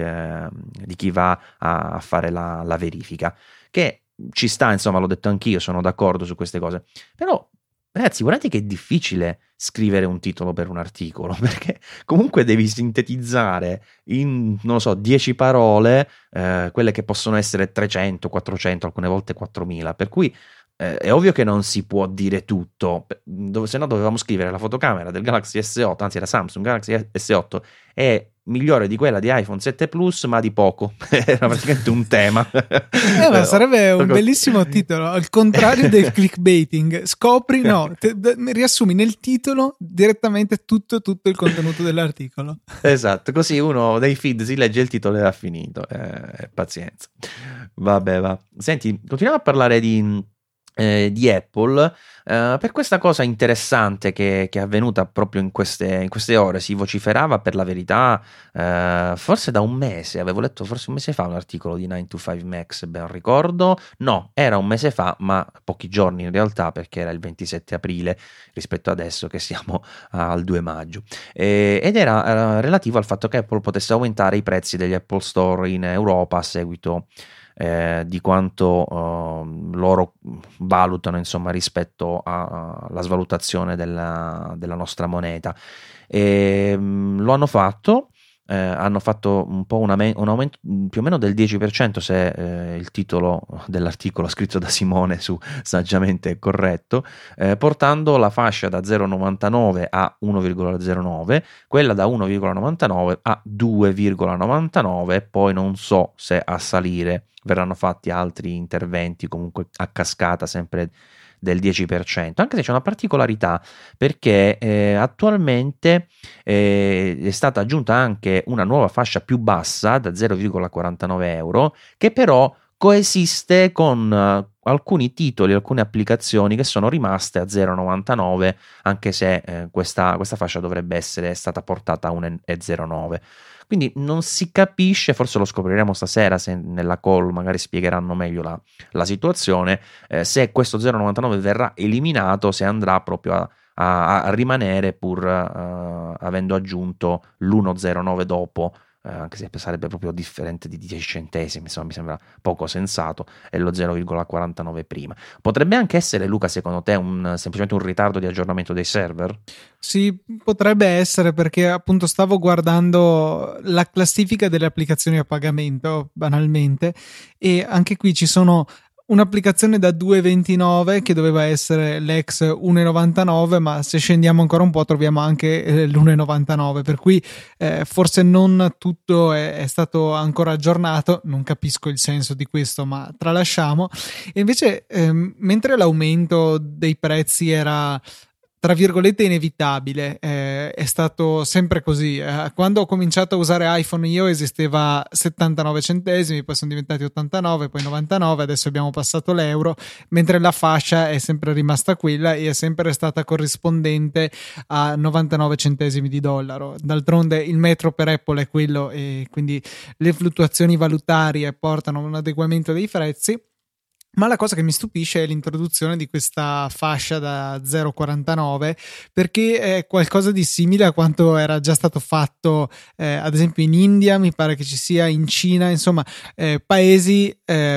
chi va a fare la verifica, che ci sta, insomma, l'ho detto anch'io, sono d'accordo su queste cose, però ragazzi, guardate che è difficile scrivere un titolo per un articolo, perché comunque devi sintetizzare in, non lo so, 10 parole, quelle che possono essere 300, 400, alcune volte 4000, per cui è ovvio che non si può dire tutto, se no dovevamo scrivere "La fotocamera del Galaxy S8", anzi era Samsung Galaxy S8 è migliore di quella di iPhone 7 Plus, ma di poco. Era praticamente un tema. Ma sarebbe un bellissimo titolo, al contrario del clickbaiting. Scopri, no, riassumi nel titolo direttamente tutto il contenuto dell'articolo. Esatto, così uno dei feed si legge il titolo e ha finito. Pazienza. Vabbè, va. Senti, continuiamo a parlare di Apple, per questa cosa interessante che è avvenuta proprio in queste ore. Si vociferava, per la verità, forse da un mese, avevo letto forse un mese fa un articolo di 9to5 Mac, ben ricordo, no, era un mese fa, ma pochi giorni in realtà, perché era il 27 aprile rispetto adesso che siamo al 2 maggio, ed era relativo al fatto che Apple potesse aumentare i prezzi degli Apple Store in Europa a seguito di quanto loro valutano, insomma, rispetto alla svalutazione della nostra moneta. Lo hanno fatto un po' un aumento più o meno del 10%, se il titolo dell'articolo scritto da Simone su Saggiamente è corretto, portando la fascia da 0,99 a 1,09, quella da 1,99 a 2,99, poi non so se a salire verranno fatti altri interventi comunque a cascata sempre del 10%, anche se c'è una particolarità, perché attualmente è stata aggiunta anche una nuova fascia più bassa da 0,49 euro, che però coesiste con alcuni titoli, alcune applicazioni che sono rimaste a 0,99, anche se questa fascia dovrebbe essere stata portata a 1,09. Quindi non si capisce, forse lo scopriremo stasera se nella call magari spiegheranno meglio la situazione, se questo 0,99 verrà eliminato, se andrà proprio a rimanere pur avendo aggiunto l'1,09 dopo, anche se sarebbe proprio differente di 10 centesimi, insomma mi sembra poco sensato, e lo 0,49 prima. Potrebbe anche essere, Luca, secondo te semplicemente un ritardo di aggiornamento dei server? Sì, potrebbe essere, perché appunto stavo guardando la classifica delle applicazioni a pagamento banalmente, e anche qui ci sono un'applicazione da 2,29 che doveva essere l'ex 1,99, ma se scendiamo ancora un po' troviamo anche l'1,99, per cui forse non tutto è stato ancora aggiornato. Non capisco il senso di questo, ma tralasciamo. E invece mentre l'aumento dei prezzi era tra virgolette inevitabile, è stato sempre così. Quando ho cominciato a usare iPhone io esisteva 79 centesimi, poi sono diventati 89, poi 99, adesso abbiamo passato l'euro, mentre la fascia è sempre rimasta quella e è sempre stata corrispondente a 99 centesimi di dollaro. D'altronde il metro per Apple è quello, e quindi le fluttuazioni valutarie portano a un adeguamento dei prezzi. Ma la cosa che mi stupisce è l'introduzione di questa fascia da 0,49, perché è qualcosa di simile a quanto era già stato fatto ad esempio in India, mi pare che ci sia, in Cina, insomma paesi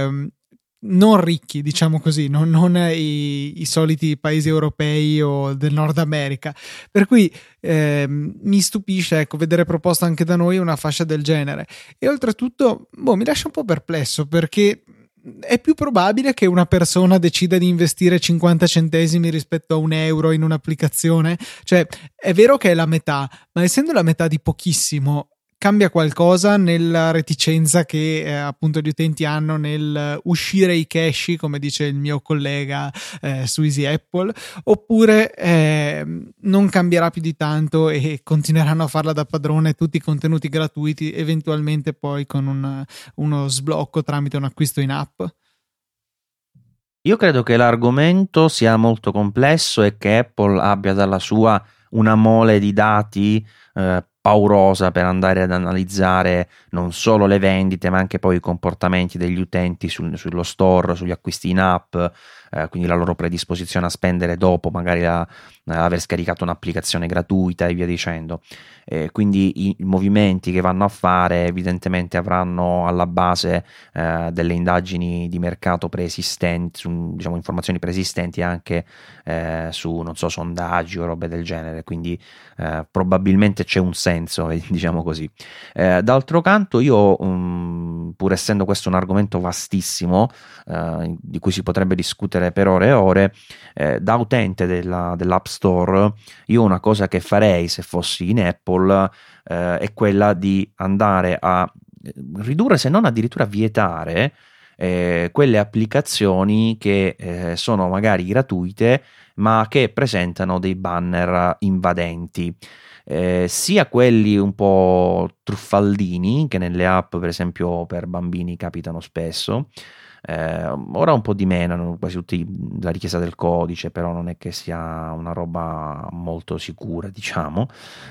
non ricchi, diciamo così, non i soliti paesi europei o del Nord America, per cui mi stupisce, ecco, vedere proposta anche da noi una fascia del genere. E oltretutto mi lascia un po' perplesso, perché è più probabile che una persona decida di investire 50 centesimi rispetto a un euro in un'applicazione. Cioè, è vero che è la metà, ma essendo la metà di pochissimo, cambia qualcosa nella reticenza che appunto gli utenti hanno nel uscire i cache, come dice il mio collega su Easy Apple, oppure non cambierà più di tanto e continueranno a farla da padrone, tutti i contenuti gratuiti, eventualmente poi con uno sblocco tramite un acquisto in app? Io credo che l'argomento sia molto complesso e che Apple abbia dalla sua una mole di dati paurosa per andare ad analizzare non solo le vendite, ma anche poi i comportamenti degli utenti sullo store, sugli acquisti in app, quindi la loro predisposizione a spendere dopo magari aver scaricato un'applicazione gratuita e via dicendo. Quindi i movimenti che vanno a fare evidentemente avranno alla base delle indagini di mercato preesistenti, diciamo informazioni preesistenti anche su, non so, sondaggi o robe del genere, quindi probabilmente c'è un senso, diciamo così. D'altro canto io, pur essendo questo un argomento vastissimo di cui si potrebbe discutere per ore e ore, da utente dell'App Store, io una cosa che farei se fossi in Apple è quella di andare a ridurre, se non addirittura vietare, quelle applicazioni che sono magari gratuite ma che presentano dei banner invadenti. Sia quelli un po' truffaldini, che nelle app per esempio per bambini capitano spesso, ora un po' di meno, hanno quasi tutti la richiesta del codice, però non è che sia una roba molto sicura, diciamo.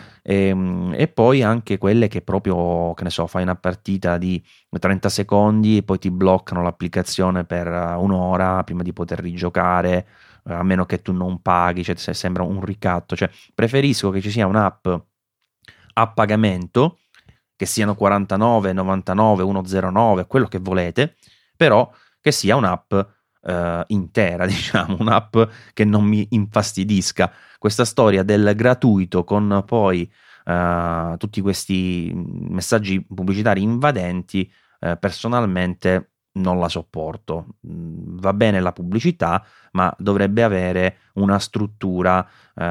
E poi anche quelle che proprio, che ne so, fai una partita di 30 secondi e poi ti bloccano l'applicazione per un'ora prima di poter rigiocare, a meno che tu non paghi, cioè sembra un ricatto. Cioè, preferisco che ci sia un'app a pagamento, che siano 49, 99, 109, quello che volete, però che sia un'app intera, diciamo, un'app che non mi infastidisca. Questa storia del gratuito con poi tutti questi messaggi pubblicitari invadenti, personalmente non la sopporto. Va bene la pubblicità, ma dovrebbe avere una struttura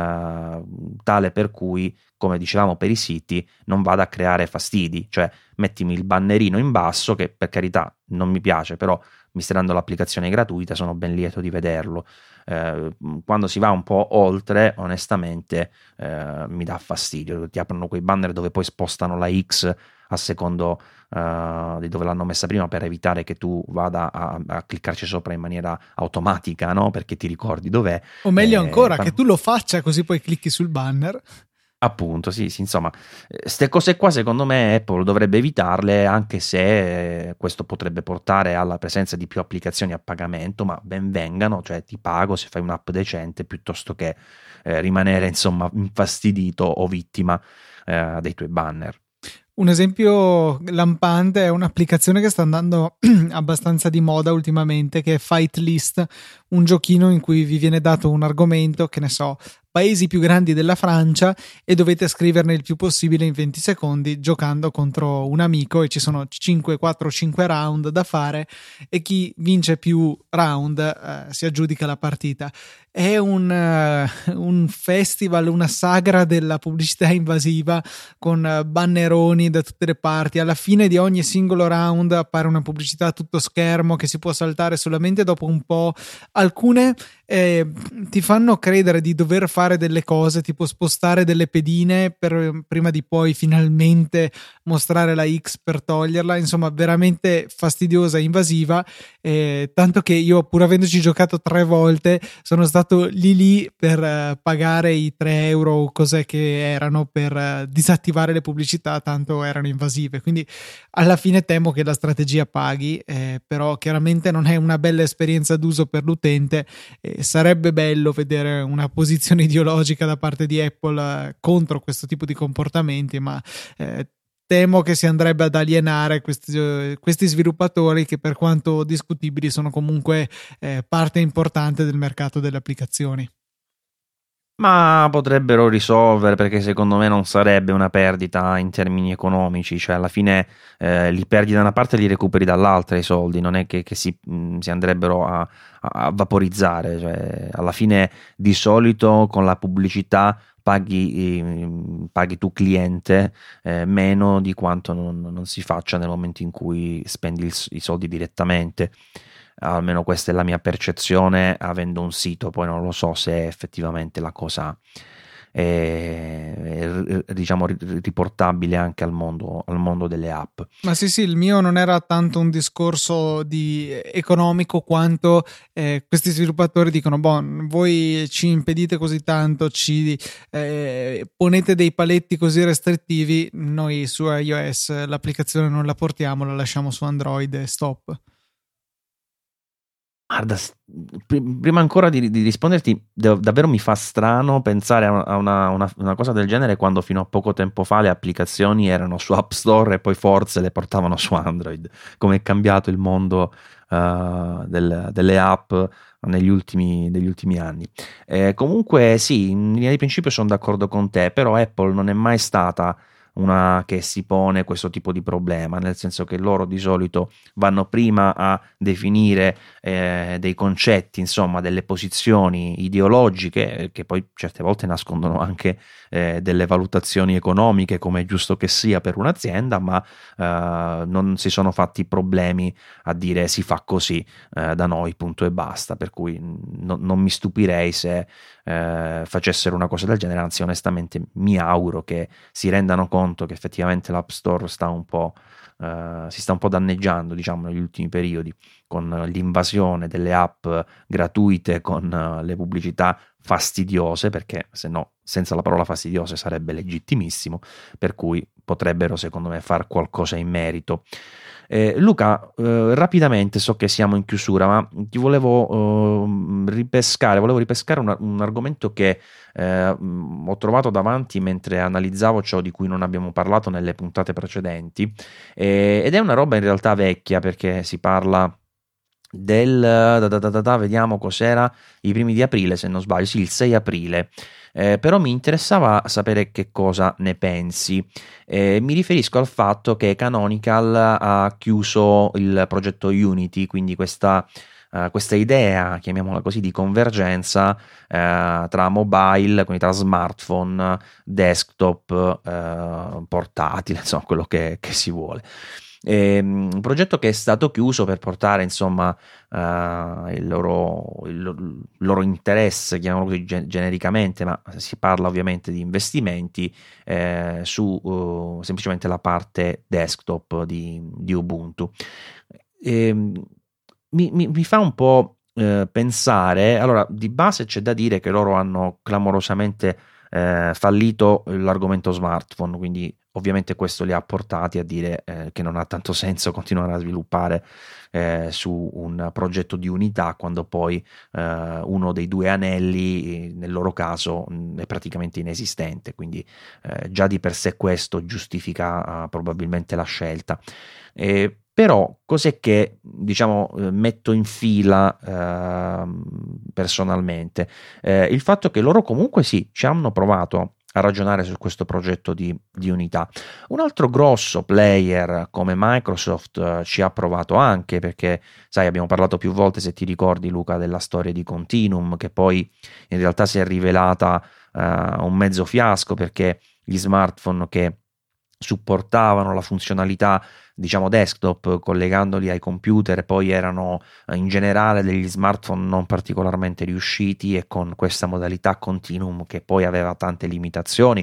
tale per cui, come dicevamo per i siti, non vada a creare fastidi, cioè mettimi il bannerino in basso, che per carità non mi piace, però mi stai dando l'applicazione gratuita, sono ben lieto di vederlo. Quando si va un po' oltre, onestamente mi dà fastidio. Ti aprono quei banner dove poi spostano la X a secondo di dove l'hanno messa prima, per evitare che tu vada a cliccarci sopra in maniera automatica, no? Perché ti ricordi dov'è. O meglio ancora, che tu lo faccia così poi clicchi sul banner. Appunto, sì, insomma, queste cose qua secondo me Apple dovrebbe evitarle, anche se questo potrebbe portare alla presenza di più applicazioni a pagamento, ma ben vengano, cioè ti pago se fai un'app decente, piuttosto che rimanere insomma infastidito o vittima dei tuoi banner. Un esempio lampante è un'applicazione che sta andando abbastanza di moda ultimamente, che è Fight List, un giochino in cui vi viene dato un argomento, che ne so, paesi più grandi della Francia, e dovete scriverne il più possibile in 20 secondi giocando contro un amico, e ci sono 4-5 round da fare e chi vince più round si aggiudica la partita. È un festival, una sagra della pubblicità invasiva, con banneroni da tutte le parti. Alla fine di ogni singolo round appare una pubblicità a tutto schermo che si può saltare solamente dopo un po'. Alcune ti fanno credere di dover fare delle cose, tipo spostare delle pedine prima di poi finalmente mostrare la X per toglierla. Insomma, veramente fastidiosa e invasiva, tanto che io, pur avendoci giocato 3 volte, sono stato lì per pagare i 3 euro o cos'è che erano per disattivare le pubblicità, tanto erano invasive. Quindi alla fine temo che la strategia paghi, però chiaramente non è una bella esperienza d'uso per l'utente. Sarebbe bello vedere una posizione ideologica da parte di Apple contro questo tipo di comportamenti, ma temo che si andrebbe ad alienare questi sviluppatori, che per quanto discutibili sono comunque parte importante del mercato delle applicazioni. Ma potrebbero risolvere, perché secondo me non sarebbe una perdita in termini economici, cioè alla fine li perdi da una parte e li recuperi dall'altra i soldi, non è che si andrebbero a vaporizzare, cioè, alla fine di solito con la pubblicità paghi tu cliente meno di quanto non si faccia nel momento in cui spendi i soldi direttamente. Almeno questa è la mia percezione, avendo un sito. Poi non lo so se è effettivamente la cosa è, diciamo, riportabile anche al mondo delle app. Ma sì, il mio non era tanto un discorso di economico, quanto questi sviluppatori dicono: boh, voi ci impedite così tanto, ci ponete dei paletti così restrittivi, noi su iOS l'applicazione non la portiamo, la lasciamo su Android e stop. Guarda, prima ancora di risponderti, davvero mi fa strano pensare a una cosa del genere, quando fino a poco tempo fa le applicazioni erano su App Store e poi forse le portavano su Android. Come è cambiato il mondo delle app negli ultimi anni. Comunque sì, in linea di principio sono d'accordo con te, però Apple non è mai stata una che si pone questo tipo di problema, nel senso che loro di solito vanno prima a definire dei concetti, insomma delle posizioni ideologiche, che poi certe volte nascondono anche delle valutazioni economiche, come è giusto che sia per un'azienda, ma non si sono fatti problemi a dire si fa così da noi, punto e basta. Per cui non mi stupirei se facessero una cosa del genere, anzi onestamente mi auguro che si rendano conto che effettivamente l'App Store si sta un po' danneggiando, diciamo, negli ultimi periodi, con l'invasione delle app gratuite, con le pubblicità fastidiose, perché se no, senza la parola fastidiose sarebbe legittimissimo, per cui potrebbero secondo me far qualcosa in merito. Luca, rapidamente, so che siamo in chiusura, ma ti volevo ripescare un argomento che ho trovato davanti mentre analizzavo ciò di cui non abbiamo parlato nelle puntate precedenti, ed è una roba in realtà vecchia, perché si parla vediamo cos'era, i primi di aprile se non sbaglio, sì, il 6 aprile. Però mi interessava sapere che cosa ne pensi. Mi riferisco al fatto che Canonical ha chiuso il progetto Unity, quindi questa idea, chiamiamola così, di convergenza tra mobile, quindi tra smartphone, desktop, portatile, insomma, quello che si vuole. Un progetto che è stato chiuso per portare, insomma, il loro interesse, chiamiamolo così genericamente, ma si parla ovviamente di investimenti su semplicemente la parte desktop di Ubuntu. Mi fa un po' pensare, allora di base c'è da dire che loro hanno clamorosamente fallito l'argomento smartphone, quindi ovviamente questo li ha portati a dire che non ha tanto senso continuare a sviluppare su un progetto di unità quando poi uno dei due anelli nel loro caso è praticamente inesistente, quindi già di per sé questo giustifica probabilmente la scelta. Però cos'è che diciamo metto in fila personalmente? Il fatto che loro comunque sì, ci hanno provato a ragionare su questo progetto di unità. Un altro grosso player come Microsoft ci ha provato anche, perché sai, abbiamo parlato più volte, se ti ricordi Luca, della storia di Continuum, che poi in realtà si è rivelata un mezzo fiasco, perché gli smartphone che supportavano la funzionalità diciamo desktop collegandoli ai computer poi erano in generale degli smartphone non particolarmente riusciti, e con questa modalità Continuum che poi aveva tante limitazioni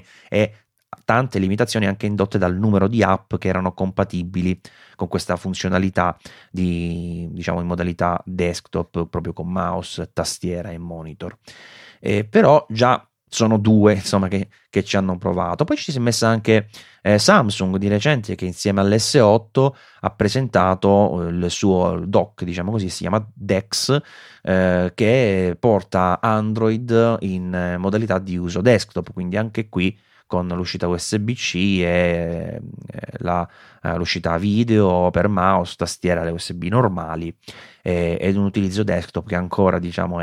anche indotte dal numero di app che erano compatibili con questa funzionalità diciamo in modalità desktop, proprio con mouse, tastiera e monitor. Però già sono due, insomma, che ci hanno provato. Poi ci si è messa anche Samsung di recente, che insieme all'S8 ha presentato il suo dock, diciamo così, si chiama DeX, che porta Android in modalità di uso desktop, quindi anche qui con l'uscita USB-C e l'uscita video per mouse, tastiera, le USB normali, ed un utilizzo desktop che ancora diciamo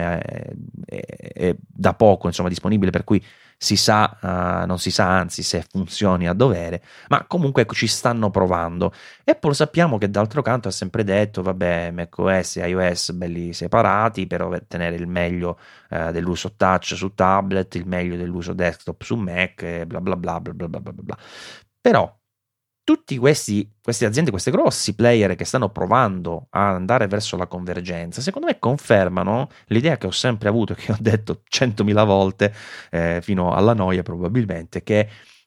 è da poco insomma disponibile, per cui si sa, non si sa anzi se funzioni a dovere, ma comunque ci stanno provando. Apple sappiamo che d'altro canto ha sempre detto vabbè, macOS e iOS belli separati per tenere il meglio dell'uso touch su tablet, il meglio dell'uso desktop su Mac, e bla bla bla bla bla bla bla bla. Però tutti queste aziende, questi grossi player che stanno provando a andare verso la convergenza, secondo me confermano l'idea che ho sempre avuto e che ho detto 100.000 volte, fino alla noia probabilmente, che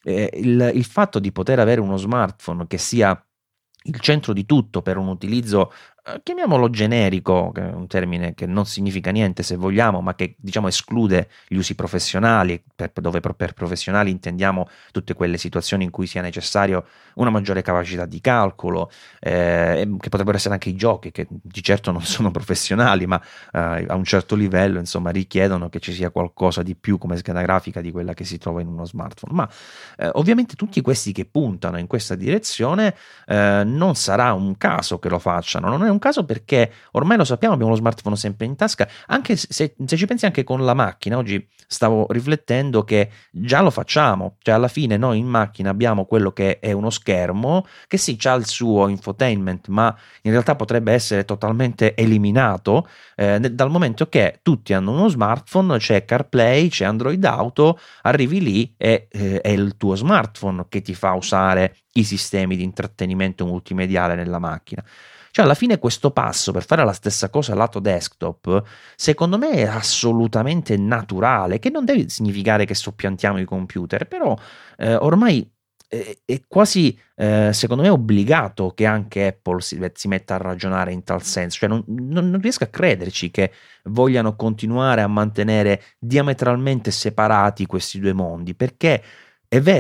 il fatto di poter avere uno smartphone che sia il centro di tutto per un utilizzo, chiamiamolo generico, che è un termine che non significa niente se vogliamo, ma che diciamo esclude gli usi professionali, dove per professionali intendiamo tutte quelle situazioni in cui sia necessario una maggiore capacità di calcolo, che potrebbero essere anche i giochi, che di certo non sono professionali, ma a un certo livello insomma richiedono che ci sia qualcosa di più come scheda grafica di quella che si trova in uno smartphone. Ma ovviamente tutti questi che puntano in questa direzione non sarà un caso che lo facciano, non è un caso, perché ormai lo sappiamo, abbiamo lo smartphone sempre in tasca, anche se ci pensi anche con la macchina. Oggi stavo riflettendo che già lo facciamo, cioè alla fine noi in macchina abbiamo quello che è uno schermo che sì, c'ha il suo infotainment, ma in realtà potrebbe essere totalmente eliminato dal momento che tutti hanno uno smartphone, c'è CarPlay, c'è Android Auto, arrivi lì e è il tuo smartphone che ti fa usare i sistemi di intrattenimento multimediale nella macchina. Cioè alla fine questo passo per fare la stessa cosa lato desktop secondo me è assolutamente naturale, che non deve significare che soppiantiamo i computer, però ormai è quasi secondo me obbligato che anche Apple si metta a ragionare in tal senso. Cioè non riesco a crederci che vogliano continuare a mantenere diametralmente separati questi due mondi, perché è vero,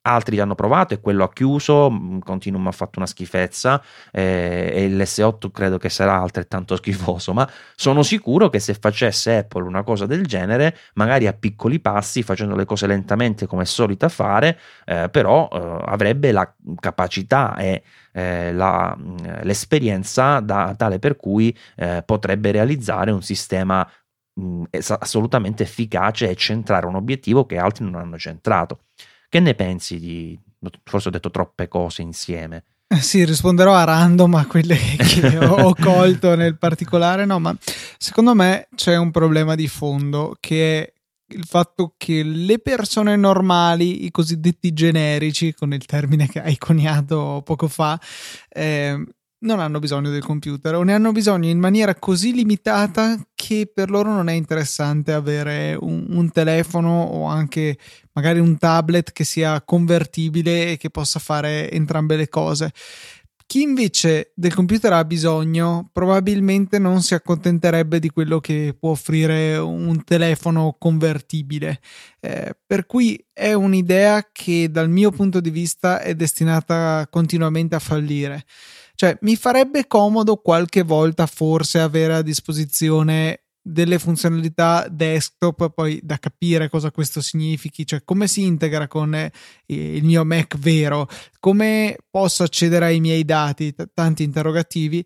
altri hanno provato e quello ha chiuso, Continuum ha fatto una schifezza, e l'S8 credo che sarà altrettanto schifoso, ma sono sicuro che se facesse Apple una cosa del genere, magari a piccoli passi, facendo le cose lentamente come è solita fare, però avrebbe la capacità e l'esperienza tale per cui potrebbe realizzare un sistema assolutamente efficace e centrare un obiettivo che altri non hanno centrato. Che ne pensi di... Forse ho detto troppe cose insieme. Sì, risponderò a random a quelle che ho colto nel particolare, no, ma secondo me c'è un problema di fondo, che è il fatto che le persone normali, i cosiddetti generici, con il termine che hai coniato poco fa, non hanno bisogno del computer, o ne hanno bisogno in maniera così limitata che per loro non è interessante avere un telefono o anche magari un tablet che sia convertibile e che possa fare entrambe le cose. Chi invece del computer ha bisogno probabilmente non si accontenterebbe di quello che può offrire un telefono convertibile, per cui è un'idea che dal mio punto di vista è destinata continuamente a fallire. Cioè, mi farebbe comodo qualche volta forse avere a disposizione delle funzionalità desktop, poi da capire cosa questo significhi, cioè come si integra con il mio Mac vero, come posso accedere ai miei dati, tanti interrogativi.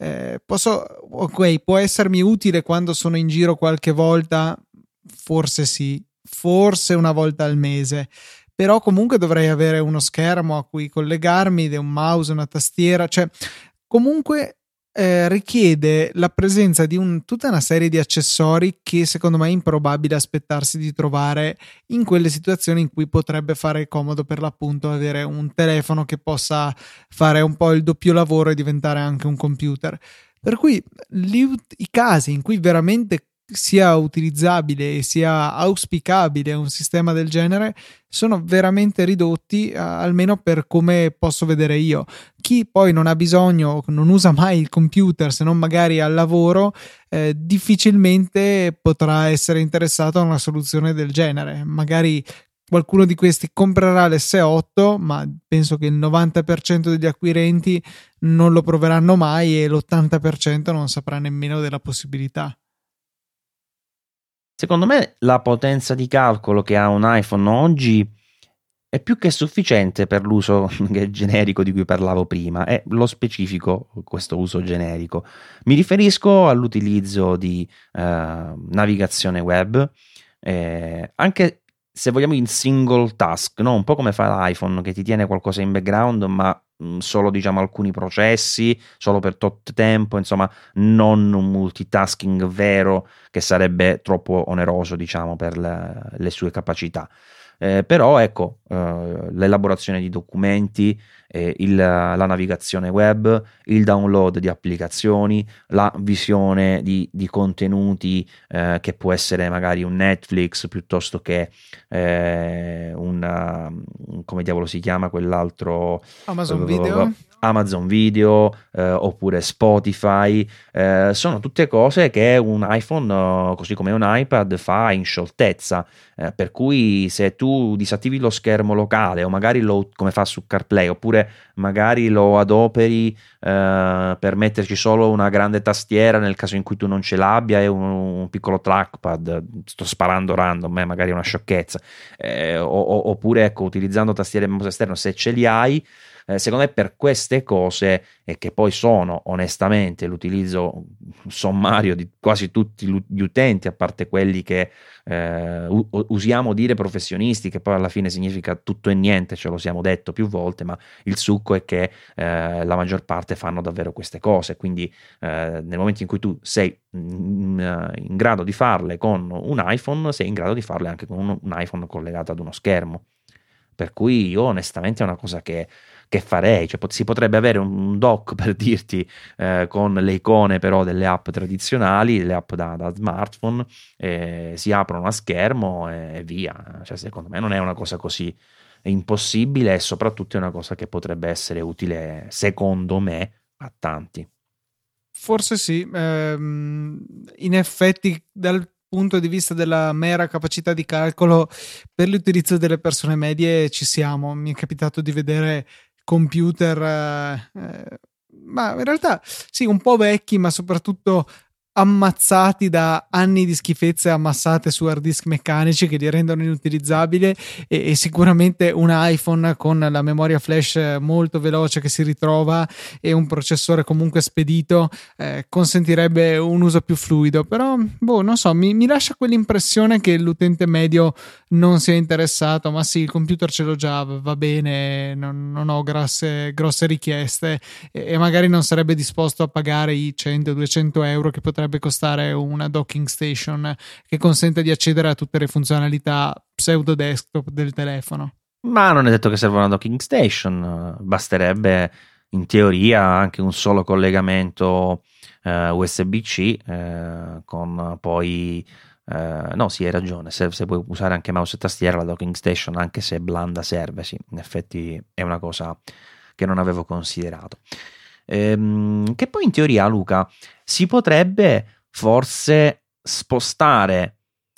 Può essermi utile quando sono in giro qualche volta, forse sì, forse una volta al mese, però comunque dovrei avere uno schermo a cui collegarmi, un mouse, una tastiera, cioè comunque richiede la presenza di tutta una serie di accessori che secondo me è improbabile aspettarsi di trovare in quelle situazioni in cui potrebbe fare comodo per l'appunto avere un telefono che possa fare un po' il doppio lavoro e diventare anche un computer. Per cui i casi in cui veramente sia utilizzabile e sia auspicabile un sistema del genere sono veramente ridotti, almeno per come posso vedere io. Chi poi non ha bisogno, non usa mai il computer se non magari al lavoro, difficilmente potrà essere interessato a una soluzione del genere. Magari qualcuno di questi comprerà l'S8, ma penso che il 90% degli acquirenti non lo proveranno mai e l'80% non saprà nemmeno della possibilità. Secondo me la potenza di calcolo che ha un iPhone oggi è più che sufficiente per l'uso generico di cui parlavo prima, è lo specifico questo uso generico. Mi riferisco all'utilizzo di navigazione web, anche se vogliamo in single task, no? Un po' come fa l'iPhone che ti tiene qualcosa in background, ma solo diciamo alcuni processi, solo per tot tempo, insomma non un multitasking vero che sarebbe troppo oneroso diciamo per le sue capacità. Però ecco, l'elaborazione di documenti, la navigazione web, il download di applicazioni, la visione di contenuti, che può essere magari un Netflix piuttosto che come diavolo si chiama quell'altro, Amazon Video. Amazon Video, oppure Spotify, sono tutte cose che un iPhone, così come un iPad, fa in scioltezza, per cui se tu disattivi lo schermo locale o magari come fa su CarPlay, oppure magari lo adoperi per metterci solo una grande tastiera nel caso in cui tu non ce l'abbia e un piccolo trackpad, sto sparando random, magari è una sciocchezza, oppure ecco, utilizzando tastiere e mouse esterno se ce li hai. Secondo me per queste cose, e che poi sono onestamente l'utilizzo sommario di quasi tutti gli utenti, a parte quelli che usiamo dire professionisti, che poi alla fine significa tutto e niente, ce lo siamo detto più volte, ma il succo è che la maggior parte fanno davvero queste cose, quindi nel momento in cui tu sei in grado di farle con un iPhone, sei in grado di farle anche con un iPhone collegato ad uno schermo. Per cui io onestamente è una cosa che farei, cioè si potrebbe avere un dock per dirti con le icone però delle app tradizionali, le app da smartphone, si aprono a schermo e via, cioè secondo me non è una cosa così impossibile e soprattutto è una cosa che potrebbe essere utile secondo me a tanti. Forse sì, in effetti dal punto di vista della mera capacità di calcolo, per l'utilizzo delle persone medie ci siamo. Mi è capitato di vedere computer, ma in realtà sì, un po' vecchi, ma soprattutto ammazzati da anni di schifezze ammassate su hard disk meccanici che li rendono inutilizzabili, e sicuramente un iPhone con la memoria flash molto veloce che si ritrova e un processore comunque spedito consentirebbe un uso più fluido. Però non so, mi lascia quell'impressione che l'utente medio non sia interessato. Ma sì, il computer ce l'ho già, va bene, non ho grosse richieste, e magari non sarebbe disposto a pagare i 100-200 euro che potrebbe costare una docking station che consente di accedere a tutte le funzionalità pseudo desktop del telefono. Ma non è detto che serva una docking station, basterebbe in teoria anche un solo collegamento USB-C con poi no, sì, hai ragione, se puoi usare anche mouse e tastiera, la docking station, anche se è blanda, serve. Sì, in effetti è una cosa che non avevo considerato. Che poi in teoria, Luca, si potrebbe forse spostare,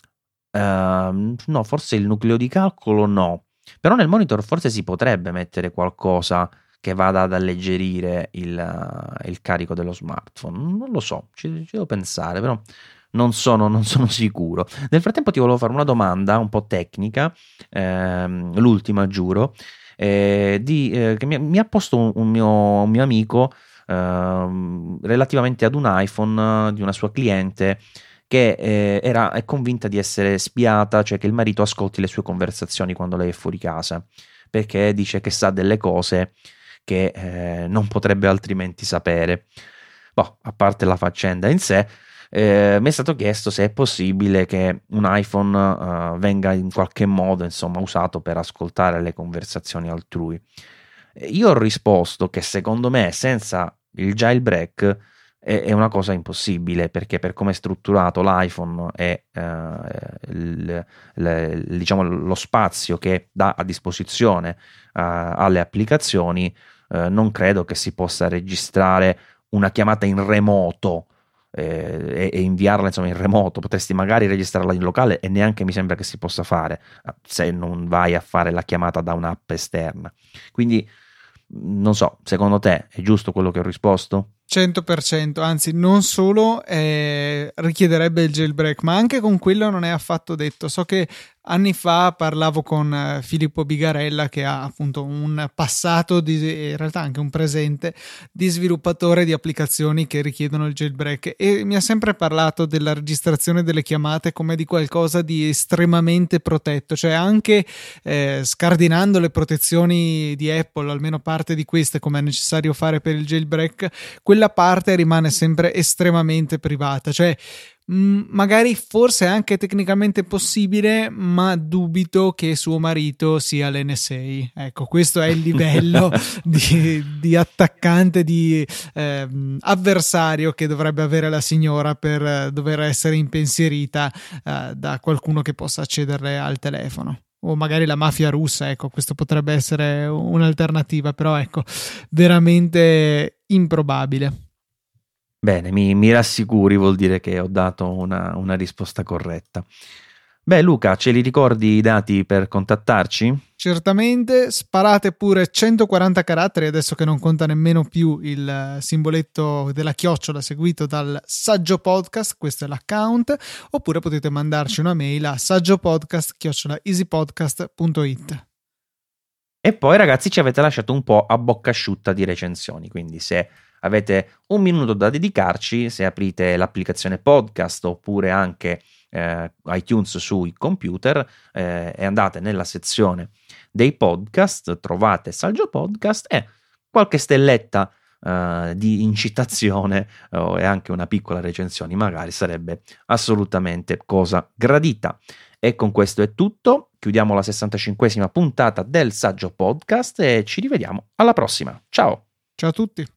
no, forse il nucleo di calcolo no, però nel monitor forse si potrebbe mettere qualcosa che vada ad alleggerire il carico dello smartphone. Non lo so, ci devo pensare, però non sono sicuro. Nel frattempo ti volevo fare una domanda un po' tecnica, l'ultima, giuro, che mi ha posto un mio amico relativamente ad un iPhone di una sua cliente che è convinta di essere spiata, cioè che il marito ascolti le sue conversazioni quando lei è fuori casa, perché dice che sa delle cose che non potrebbe altrimenti sapere. Boh, a parte la faccenda in sé, mi è stato chiesto se è possibile che un iPhone venga in qualche modo, insomma, usato per ascoltare le conversazioni altrui. Io ho risposto che secondo me senza il jailbreak è una cosa impossibile, perché per come è strutturato l'iPhone e diciamo lo spazio che dà a disposizione alle applicazioni, non credo che si possa registrare una chiamata in remoto e inviarla, insomma, in remoto. Potresti magari registrarla in locale e neanche mi sembra che si possa fare se non vai a fare la chiamata da un'app esterna. Quindi non so, secondo te è giusto quello che ho risposto? 100%, anzi non solo richiederebbe il jailbreak, ma anche con quello non è affatto detto. So che anni fa parlavo con Filippo Bigarella, che ha appunto un passato, in realtà anche un presente, di sviluppatore di applicazioni che richiedono il jailbreak, e mi ha sempre parlato della registrazione delle chiamate come di qualcosa di estremamente protetto, cioè anche scardinando le protezioni di Apple, almeno parte di queste, come è necessario fare per il jailbreak, quella parte rimane sempre estremamente privata. Cioè magari forse è anche tecnicamente possibile, ma dubito che suo marito sia l'NSA. Ecco, questo è il livello di attaccante, di avversario che dovrebbe avere la signora per dover essere impensierita da qualcuno che possa accederle al telefono. O magari la mafia russa, ecco, questo potrebbe essere un'alternativa, però ecco, veramente improbabile. Bene, mi rassicuri, vuol dire che ho dato una risposta corretta. Beh, Luca, ce li ricordi i dati per contattarci? Certamente, sparate pure 140 caratteri, adesso che non conta nemmeno più il simboletto della chiocciola seguito dal Saggio Podcast, questo è l'account, oppure potete mandarci una mail a saggiopodcast@easypodcast.it. E poi, ragazzi, ci avete lasciato un po' a bocca asciutta di recensioni, quindi se avete un minuto da dedicarci, se aprite l'applicazione podcast oppure anche iTunes sui computer e andate nella sezione dei podcast, trovate Saggio Podcast e qualche stelletta di incitazione e anche una piccola recensione magari sarebbe assolutamente cosa gradita. E con questo è tutto, chiudiamo la 65esima puntata del Saggio Podcast e ci rivediamo alla prossima. Ciao! Ciao a tutti!